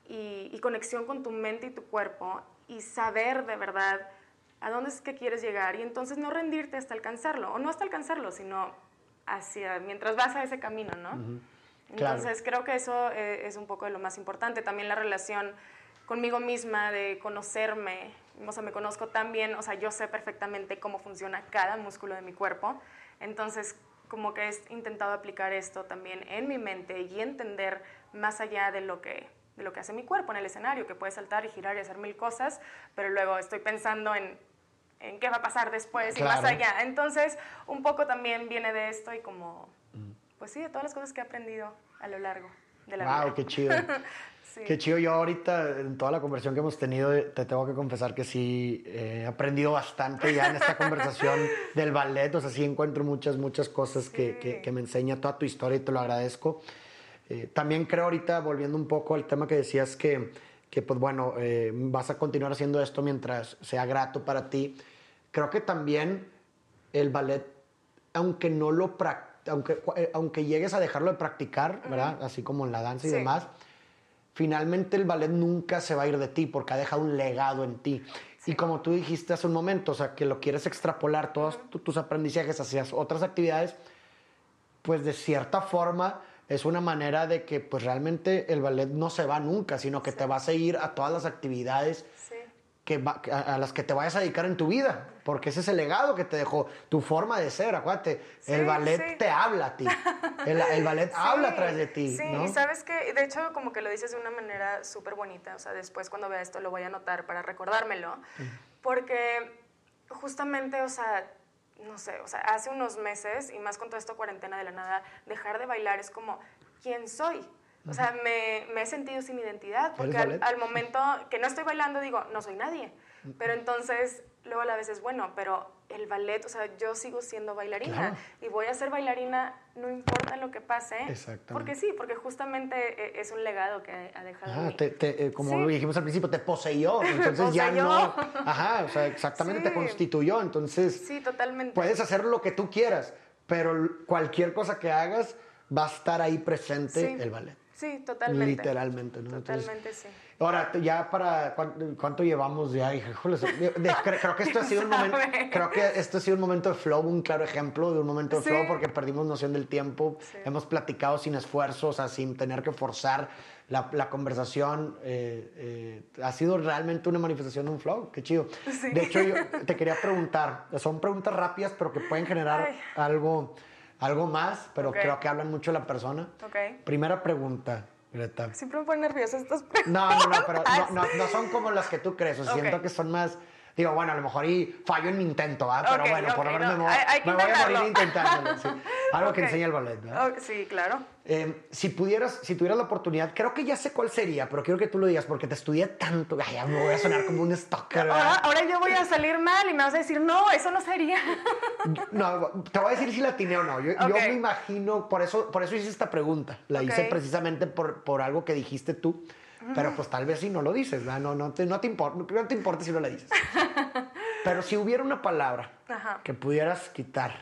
Speaker 2: y, y conexión con tu mente y tu cuerpo y saber de verdad a dónde es que quieres llegar y entonces no rendirte hasta alcanzarlo. O no hasta alcanzarlo, sino hacia mientras vas a ese camino, ¿no? Uh-huh. Entonces, claro. creo que eso es un poco de lo más importante. También la relación conmigo misma, de conocerme. O sea, me conozco tan bien, o sea, yo sé perfectamente cómo funciona cada músculo de mi cuerpo. Entonces, como que he intentado aplicar esto también en mi mente y entender más allá de lo que, de lo que hace mi cuerpo en el escenario, que puede saltar y girar y hacer mil cosas, pero luego estoy pensando en, en qué va a pasar después claro. y más allá. Entonces, un poco también viene de esto y como... Pues sí, de todas las cosas que he aprendido a lo largo de la
Speaker 1: wow,
Speaker 2: vida.
Speaker 1: ¡Wow, qué chido! sí. Qué chido. Yo ahorita, en toda la conversación que hemos tenido, te tengo que confesar que sí eh, he aprendido bastante ya en esta conversación del ballet. O sea, sí encuentro muchas, muchas cosas sí. que, que, que me enseña toda tu historia y te lo agradezco. Eh, también creo ahorita, volviendo un poco al tema que decías, que, que pues bueno, eh, vas a continuar haciendo esto mientras sea grato para ti. Creo que también el ballet, aunque no lo prac- aunque, eh, aunque llegues a dejarlo de practicar, uh-huh. ¿verdad? Así como en la danza y sí. demás, finalmente el ballet nunca se va a ir de ti porque ha dejado un legado en ti. Sí. Y como tú dijiste hace un momento, o sea, que lo quieres extrapolar todos uh-huh. tus aprendizajes hacia otras actividades, pues de cierta forma es una manera de que pues realmente el ballet no se va nunca, sino que sí. te vas a ir a todas las actividades sí. que va, a, a las que te vayas a dedicar en tu vida, porque ese es el legado que te dejó, tu forma de ser, acuérdate, sí, el ballet sí. te habla a ti, el, el ballet sí. habla a través de ti,
Speaker 2: sí,
Speaker 1: ¿no?
Speaker 2: Y sabes que, de hecho, como que lo dices de una manera súper bonita, o sea, después cuando vea esto lo voy a anotar para recordármelo, uh-huh. porque justamente, o sea, no sé, o sea, hace unos meses, y más con toda esta cuarentena de la nada, dejar de bailar es como, ¿quién soy? O sea, me, me he sentido sin identidad, porque al, al momento que no estoy bailando digo, no soy nadie. Pero entonces, luego a la vez es bueno, pero el ballet, o sea, yo sigo siendo bailarina. Claro. Y voy a ser bailarina, no importa lo que pase. Exactamente. Porque sí, porque justamente es un legado que ha dejado
Speaker 1: ajá,
Speaker 2: en mí.
Speaker 1: Te, te, eh, como sí. dijimos al principio, te poseyó. Entonces poseyó. ya no... Ajá, o sea, exactamente sí. te constituyó. Entonces,
Speaker 2: sí, totalmente.
Speaker 1: Puedes hacer lo que tú quieras, pero cualquier cosa que hagas va a estar ahí presente sí. el ballet.
Speaker 2: Sí, totalmente.
Speaker 1: Literalmente, ¿no?
Speaker 2: Totalmente,
Speaker 1: Entonces,
Speaker 2: sí.
Speaker 1: Ahora, ya para... ¿Cuánto, cuánto llevamos ya? Híjole, de, de, creo que esto ha sido un momento... Creo que esto ha sido un momento de flow, un claro ejemplo de un momento de sí. flow, porque perdimos noción del tiempo. Sí. Hemos platicado sin esfuerzo, o sea, sin tener que forzar la, la conversación. Eh, eh, ha sido realmente una manifestación de un flow. Qué chido. Sí. De hecho, yo te quería preguntar. Son preguntas rápidas, pero que pueden generar Ay. algo... Algo más, pero okay. creo que hablan mucho de la persona.
Speaker 2: Okay.
Speaker 1: Primera pregunta, Greta.
Speaker 2: Siempre me ponen nerviosa estas preguntas.
Speaker 1: No, no, no, pero no, no, no son como las que tú crees. O sea, okay. Siento que son más... Digo, bueno, a lo mejor ahí fallo en mi intento, ¿verdad? Pero okay, bueno, okay, por lo menos no. me, hay, hay me voy a morir intentándolo. Sí. Algo okay. que enseña el ballet, ¿verdad?
Speaker 2: Oh, sí, claro.
Speaker 1: Eh, si pudieras, si tuvieras la oportunidad, creo que ya sé cuál sería, pero quiero que tú lo digas porque te estudié tanto. Ay, ya me voy a sonar como un stalker.
Speaker 2: Ahora, ahora yo voy a salir mal y me vas a decir, no, eso no sería.
Speaker 1: No, te voy a decir si la atiné o no. Yo, okay. yo me imagino, por eso, por eso hice esta pregunta. La okay. hice precisamente por, por algo que dijiste tú. Pero pues tal vez si no lo dices, ¿verdad? No, no, te, no, te importa, no te importa si no la dices. Pero si hubiera una palabra Ajá. que pudieras quitar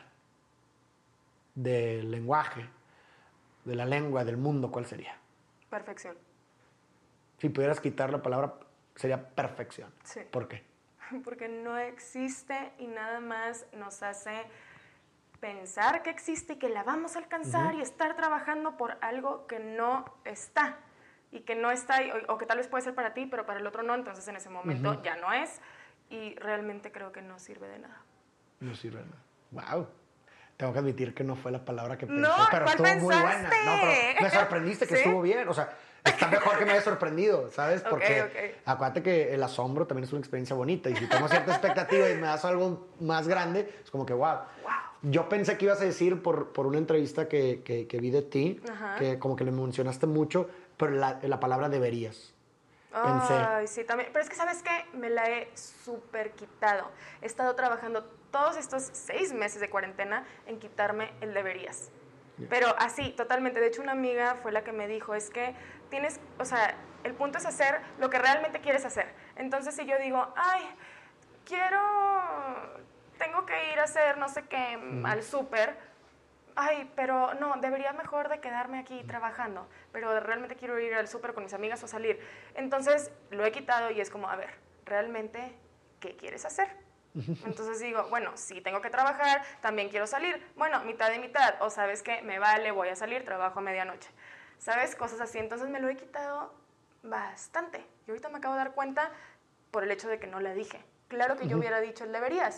Speaker 1: del lenguaje, de la lengua, del mundo, ¿cuál sería?
Speaker 2: Perfección.
Speaker 1: Si pudieras quitar la palabra, sería perfección.
Speaker 2: Sí.
Speaker 1: ¿Por qué?
Speaker 2: Porque no existe y nada más nos hace pensar que existe y que la vamos a alcanzar uh-huh. y estar trabajando por algo que no está. Y que no está, o, o que tal vez puede ser para ti, pero para el otro no, entonces en ese momento uh-huh. ya no es. Y realmente creo que no sirve de nada.
Speaker 1: No sirve de nada. ¡Wow! Tengo que admitir que no fue la palabra que pensé,
Speaker 2: no,
Speaker 1: pero estuvo
Speaker 2: pensaste?
Speaker 1: muy buena. No, pero me sorprendiste que ¿Sí? estuvo bien. O sea, está mejor que me haya sorprendido, ¿sabes? Porque
Speaker 2: okay, okay.
Speaker 1: acuérdate que el asombro también es una experiencia bonita. Y si tengo cierta expectativa y me das algo más grande, es como que wow.
Speaker 2: wow.
Speaker 1: Yo pensé que ibas a decir por, por una entrevista que, que, que vi de ti, Ajá. que como que le mencionaste mucho, pero la, la palabra deberías. Pensé.
Speaker 2: Ay, sí, también. Pero es que, ¿sabes qué? Me la he súper quitado. He estado trabajando todos estos seis meses de cuarentena en quitarme el deberías. Yeah. Pero así, totalmente. De hecho, una amiga fue la que me dijo, es que tienes, o sea, el punto es hacer lo que realmente quieres hacer. Entonces, si yo digo, ay, quiero, tengo que ir a hacer no sé qué mm. al súper, ay, pero no, debería mejor de quedarme aquí trabajando, pero realmente quiero ir al súper con mis amigas o salir. Entonces, lo he quitado y es como, a ver, ¿realmente qué quieres hacer? Entonces digo, bueno, sí tengo que trabajar, también quiero salir. Bueno, mitad y mitad, o sabes qué, me vale, voy a salir, trabajo a medianoche. ¿Sabes? Cosas así. Entonces me lo he quitado bastante. Y ahorita me acabo de dar cuenta por el hecho de que no la dije. Claro que yo hubiera dicho el deberías.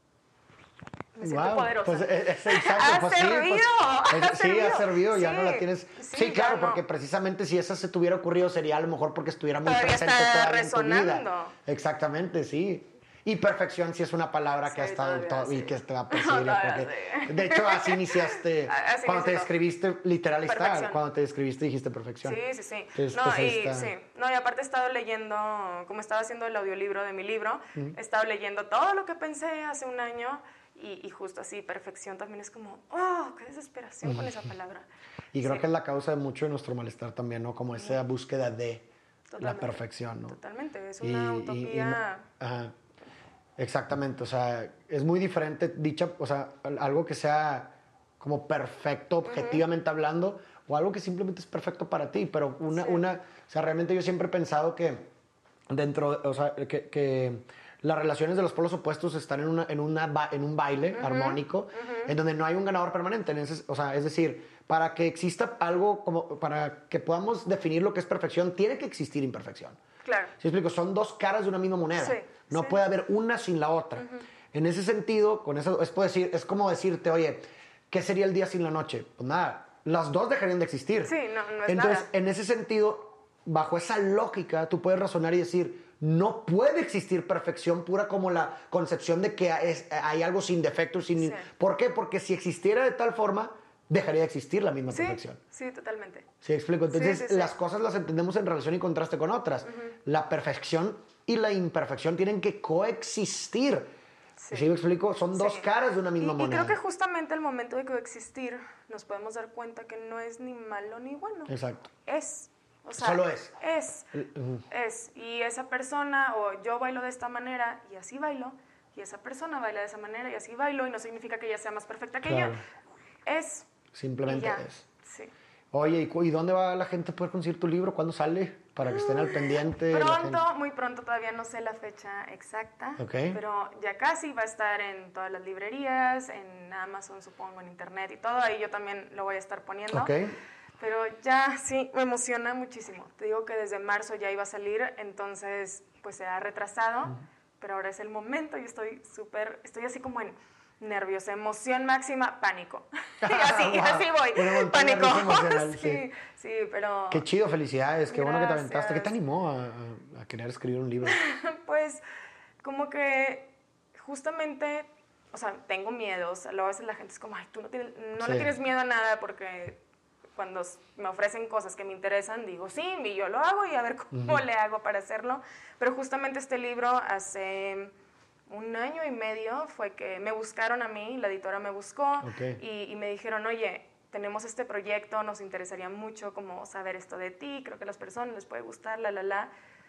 Speaker 2: Me siento
Speaker 1: wow,
Speaker 2: poderosa.
Speaker 1: Pues es, exacto,
Speaker 2: ¡Ha
Speaker 1: pues
Speaker 2: servido!
Speaker 1: Sí, pues,
Speaker 2: ¿Ha
Speaker 1: sí,
Speaker 2: servido?
Speaker 1: ha servido,
Speaker 2: sí,
Speaker 1: ya no la tienes. Sí, sí claro, no. Porque precisamente si esa se te hubiera ocurrido sería a lo mejor porque estuviera muy
Speaker 2: todavía
Speaker 1: presente
Speaker 2: está
Speaker 1: todavía
Speaker 2: resonando.
Speaker 1: en tu vida. Exactamente, sí. Y perfección sí es una palabra sí, que ha estado todo, sí. y que te va a perseguir. Porque, sí. De hecho, así iniciaste. así cuando te describiste, literal está. Cuando te describiste dijiste perfección.
Speaker 2: Sí, sí, sí.
Speaker 1: Entonces,
Speaker 2: no,
Speaker 1: pues,
Speaker 2: y,
Speaker 1: está...
Speaker 2: sí. no, y aparte he estado leyendo, como estaba haciendo el audiolibro de mi libro, uh-huh. he estado leyendo todo lo que pensé hace un año. Y, y justo así, perfección también es como, oh, qué desesperación uh-huh. con esa palabra.
Speaker 1: Y creo
Speaker 2: sí.
Speaker 1: que es la causa de mucho de nuestro malestar también, ¿no? Como esa uh-huh. búsqueda de... la perfección, ¿no?
Speaker 2: Totalmente, es una y, utopía. Y, y no,
Speaker 1: ajá, exactamente, o sea, es muy diferente dicha, o sea, algo que sea como perfecto objetivamente uh-huh. hablando, o algo que simplemente es perfecto para ti, pero una, sí. una, o sea, realmente yo siempre he pensado que dentro, o sea, que, que las relaciones de los polos opuestos están en, una, en, una, en un baile uh-huh. armónico, uh-huh. en donde no hay un ganador permanente, en ese, o sea, es decir, para que exista algo, como para que podamos definir lo que es perfección, tiene que existir imperfección.
Speaker 2: Claro.
Speaker 1: ¿Sí explico? Son dos caras de una misma moneda.
Speaker 2: Sí,
Speaker 1: no
Speaker 2: sí.
Speaker 1: puede haber una sin la otra. Uh-huh. En ese sentido, con eso es, decir, es como decirte, oye, ¿qué sería el día sin la noche? Pues nada, las dos dejarían de existir.
Speaker 2: Sí, no, no es
Speaker 1: Entonces,
Speaker 2: nada.
Speaker 1: en ese sentido, bajo esa lógica, tú puedes razonar y decir, no puede existir perfección pura como la concepción de que es, hay algo sin defectos. Sin... Sí. ¿Por qué? Porque si existiera de tal forma, dejaría de existir la misma
Speaker 2: sí,
Speaker 1: perfección.
Speaker 2: Sí, totalmente.
Speaker 1: ¿Sí explico? Entonces,
Speaker 2: sí, sí, sí.
Speaker 1: las cosas las entendemos en relación y contraste con otras. Uh-huh. La perfección y la imperfección tienen que coexistir. Sí, ¿Sí me explico? Son sí. dos caras de una misma
Speaker 2: y,
Speaker 1: moneda.
Speaker 2: Y creo que justamente al momento de coexistir nos podemos dar cuenta que no es ni malo ni bueno.
Speaker 1: Exacto.
Speaker 2: Es. O sea,
Speaker 1: solo es.
Speaker 2: Es. Uh-huh. Es. Y esa persona, o yo bailo de esta manera y así bailo, y esa persona baila de esa manera y así bailo, y no significa que ella sea más perfecta que
Speaker 1: claro.
Speaker 2: yo. Es.
Speaker 1: Simplemente es.
Speaker 2: Sí.
Speaker 1: Oye, ¿y dónde va la gente a poder conseguir tu libro? ¿Cuándo sale? Para que estén al pendiente.
Speaker 2: Pronto, muy pronto, todavía no sé la fecha exacta.
Speaker 1: Okay.
Speaker 2: Pero ya casi va a estar en todas las librerías, en Amazon, supongo, en internet y todo. Ahí yo también lo voy a estar poniendo.
Speaker 1: Okay.
Speaker 2: Pero ya sí, me emociona muchísimo. Te digo que desde marzo ya iba a salir, entonces pues se ha retrasado. Uh-huh. Pero ahora es el momento y estoy súper, estoy así como en nerviosa, emoción máxima, pánico. y así, wow. y así voy, pánico. sí, sí, sí, pero...
Speaker 1: Qué chido, felicidades, qué Gracias. Bueno que te aventaste. ¿Qué te animó a, a, a querer escribir un libro?
Speaker 2: Pues, como que justamente, o sea, tengo miedos. Luego a veces la gente es como, ay, tú no, tienes, no sí. le tienes miedo a nada, porque cuando me ofrecen cosas que me interesan, digo, sí, y yo lo hago y a ver cómo uh-huh. le hago para hacerlo. Pero justamente este libro hace... un año y medio fue que me buscaron a mí, la editora me buscó
Speaker 1: okay.
Speaker 2: y, y me dijeron, oye, tenemos este proyecto, nos interesaría mucho como saber esto de ti, creo que a las personas les puede gustar, la, la, la.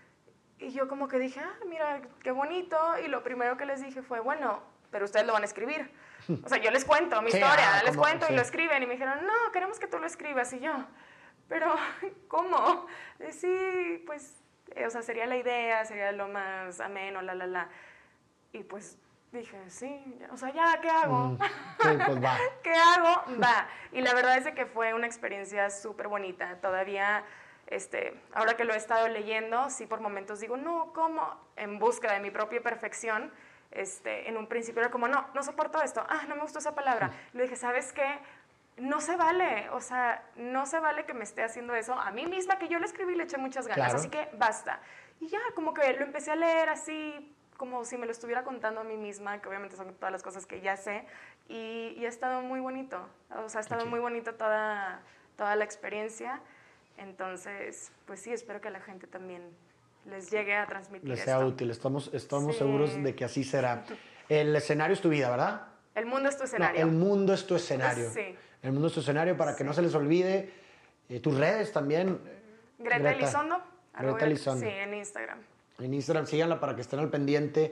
Speaker 2: Y yo como que dije, ah, mira, qué bonito. Y lo primero que les dije fue, bueno, pero ustedes lo van a escribir. O sea, yo les cuento mi sí, historia, ah, les como, cuento sí. y lo escriben. Y me dijeron, no, queremos que tú lo escribas. Y yo, pero, ¿cómo? Y sí, pues, eh, o sea, sería la idea, sería lo más ameno, la, la, la. Y pues dije, sí, o sea, ya, ¿qué hago?
Speaker 1: Mm, sí, pues va.
Speaker 2: ¿Qué hago? Va. Y la verdad es que fue una experiencia súper bonita. Todavía, este, ahora que lo he estado leyendo, sí por momentos digo, no, ¿cómo? En búsqueda de mi propia perfección, este, en un principio era como, no, no soporto esto, ah, no me gustó esa palabra. Y le dije, ¿sabes qué? No se vale, o sea, no se vale que me esté haciendo eso a mí misma, que yo lo escribí y le eché muchas ganas,
Speaker 1: claro.
Speaker 2: así que basta. Y ya, como que lo empecé a leer así, como si me lo estuviera contando a mí misma, que obviamente son todas las cosas que ya sé, y, y ha estado muy bonito, o sea, ha estado muy bonito toda, toda la experiencia, entonces, pues sí, espero que a la gente también les llegue a transmitir
Speaker 1: les
Speaker 2: esto.
Speaker 1: sea útil, estamos, estamos sí. seguros de que así será. El escenario es tu vida, ¿verdad?
Speaker 2: El mundo es tu escenario.
Speaker 1: No, el mundo es tu escenario.
Speaker 2: Sí.
Speaker 1: El mundo es tu escenario para
Speaker 2: sí.
Speaker 1: que no se les olvide. Eh, tus redes también.
Speaker 2: Greta, Greta Elizondo.
Speaker 1: Greta Elizondo.
Speaker 2: Sí, en Instagram.
Speaker 1: En Instagram, síganla para que estén al pendiente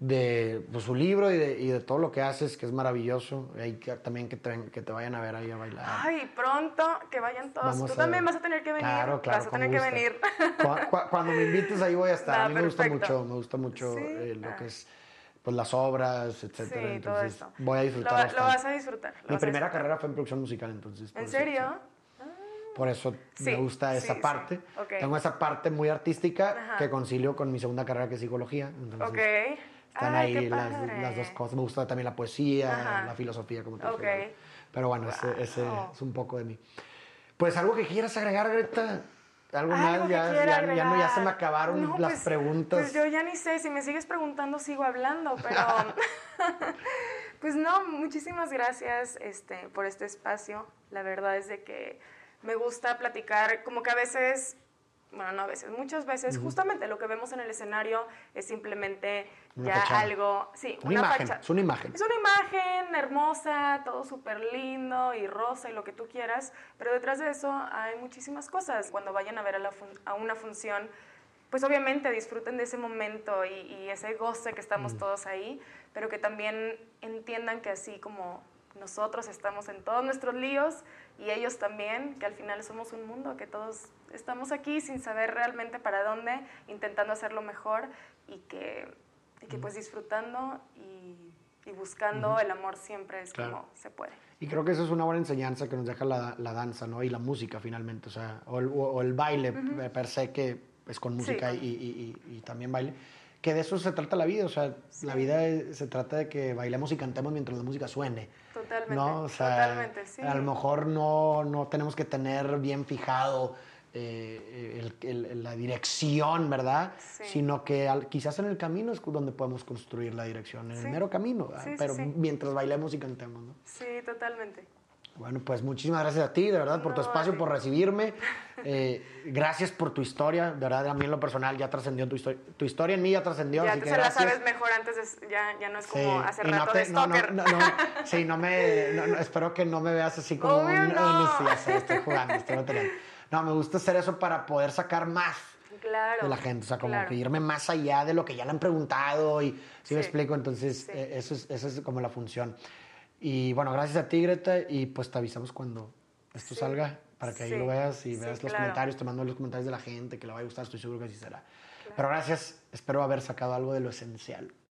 Speaker 1: de pues, su libro y de, y de todo lo que haces, que es maravilloso. Y que, también que te, que te vayan a ver ahí a bailar.
Speaker 2: Ay, pronto, que vayan todos.
Speaker 1: Vamos
Speaker 2: Tú también vas a tener que venir.
Speaker 1: Claro, claro.
Speaker 2: Vas a tener que venir.
Speaker 1: Cuando, cuando me invites ahí voy a estar.
Speaker 2: Da,
Speaker 1: a mí me
Speaker 2: perfecto.
Speaker 1: gusta mucho, me gusta mucho
Speaker 2: ¿Sí?
Speaker 1: eh, lo
Speaker 2: ah.
Speaker 1: que es pues, las obras, etcétera.
Speaker 2: Sí,
Speaker 1: entonces,
Speaker 2: todo esto.
Speaker 1: voy a disfrutar
Speaker 2: lo,
Speaker 1: bastante.
Speaker 2: Lo vas a disfrutar.
Speaker 1: Mi primera carrera fue en producción musical, entonces.
Speaker 2: ¿En serio?
Speaker 1: Eso, sí. Por eso
Speaker 2: sí,
Speaker 1: me gusta esa
Speaker 2: sí,
Speaker 1: parte.
Speaker 2: Sí. Okay.
Speaker 1: Tengo esa parte muy artística
Speaker 2: Ajá.
Speaker 1: que concilio con mi segunda carrera que es psicología. Entonces,
Speaker 2: okay.
Speaker 1: están
Speaker 2: Ay,
Speaker 1: ahí las, las dos cosas. Me gusta también la poesía,
Speaker 2: Ajá.
Speaker 1: la filosofía, como te
Speaker 2: okay.
Speaker 1: digo. Pero bueno,
Speaker 2: wow.
Speaker 1: ese, ese es un poco de mí. Pues algo que quieras agregar, Greta. Algo,
Speaker 2: algo
Speaker 1: más, ya, ya, ya, no, ya se me acabaron
Speaker 2: no,
Speaker 1: las
Speaker 2: pues,
Speaker 1: preguntas.
Speaker 2: Pues yo ya ni sé, si me sigues preguntando sigo hablando, pero pues no, muchísimas gracias este, por este espacio. La verdad es de que me gusta platicar, como que a veces, bueno, no a veces, muchas veces, uh-huh. justamente lo que vemos en el escenario es simplemente
Speaker 1: una
Speaker 2: ya
Speaker 1: fachada.
Speaker 2: algo, sí,
Speaker 1: una,
Speaker 2: una
Speaker 1: imagen,
Speaker 2: fachada.
Speaker 1: Es una imagen.
Speaker 2: Es una imagen hermosa, todo súper lindo y rosa y lo que tú quieras, pero detrás de eso hay muchísimas cosas. Cuando vayan a ver a, la fun- a una función, pues obviamente disfruten de ese momento y, y ese goce que estamos
Speaker 1: Mm.
Speaker 2: todos ahí, pero que también entiendan que así como nosotros estamos en todos nuestros líos y ellos también, que al final somos un mundo, que todos estamos aquí sin saber realmente para dónde, intentando hacerlo mejor y que, y que pues disfrutando y, y buscando
Speaker 1: Ujú.
Speaker 2: el amor siempre es
Speaker 1: Claro.
Speaker 2: como se puede.
Speaker 1: Y creo que eso es una buena enseñanza que nos deja la, la danza, ¿no? Y la música, finalmente. O sea, o el, o- o el baile
Speaker 2: Ujú.
Speaker 1: per se, que es con
Speaker 2: Sí,
Speaker 1: música
Speaker 2: con-
Speaker 1: y, y- y- y también baile. Que de eso se trata la vida. O sea,
Speaker 2: Sí.
Speaker 1: la vida es- se trata de que bailemos y cantemos mientras la música suene.
Speaker 2: Totalmente,
Speaker 1: ¿No? O sea,
Speaker 2: totalmente, sí.
Speaker 1: a lo mejor no, no tenemos que tener bien fijado eh, el- el- el- la dirección, ¿verdad?
Speaker 2: Sí.
Speaker 1: Sino que al- quizás en el camino es donde podemos construir la dirección, en
Speaker 2: Sí.
Speaker 1: el mero camino, ¿verdad?
Speaker 2: Sí, sí,
Speaker 1: Pero
Speaker 2: sí.
Speaker 1: mientras bailemos y cantemos, ¿no?
Speaker 2: Sí, totalmente.
Speaker 1: Bueno, pues muchísimas gracias a ti, de verdad, por tu
Speaker 2: No, a
Speaker 1: espacio,
Speaker 2: ti.
Speaker 1: por recibirme. Eh, gracias por tu historia, de verdad, a mí en lo personal ya trascendió tu historia. Tu historia en mí ya trascendió,
Speaker 2: Ya
Speaker 1: así
Speaker 2: tú
Speaker 1: que
Speaker 2: se la
Speaker 1: gracias.
Speaker 2: sabes mejor antes, de, ya, ya no es
Speaker 1: Sí,
Speaker 2: como hace
Speaker 1: y no
Speaker 2: rato
Speaker 1: te-
Speaker 2: de
Speaker 1: no, no,
Speaker 2: stalker.
Speaker 1: no, no, sí, no me, no, no, espero que no me veas así como
Speaker 2: Obvio
Speaker 1: un,
Speaker 2: no.
Speaker 1: un- sí, ya sé, estoy jugando, estoy batallando. No, me gusta hacer eso para poder sacar más
Speaker 2: Claro.
Speaker 1: de la gente, o sea, como
Speaker 2: claro.
Speaker 1: que irme más allá de lo que ya le han preguntado y, ¿sí, me
Speaker 2: Sí,
Speaker 1: explico? Entonces,
Speaker 2: sí.
Speaker 1: eh, eso, es, eso es como la función. Y bueno, gracias a ti, Greta, y pues te avisamos cuando esto
Speaker 2: Sí,
Speaker 1: salga, para que ahí
Speaker 2: sí,
Speaker 1: lo veas y
Speaker 2: sí,
Speaker 1: veas los
Speaker 2: claro.
Speaker 1: comentarios, te mando los comentarios de la gente, que le va a gustar, estoy seguro que así será.
Speaker 2: Claro.
Speaker 1: Pero gracias, espero haber sacado algo de lo esencial.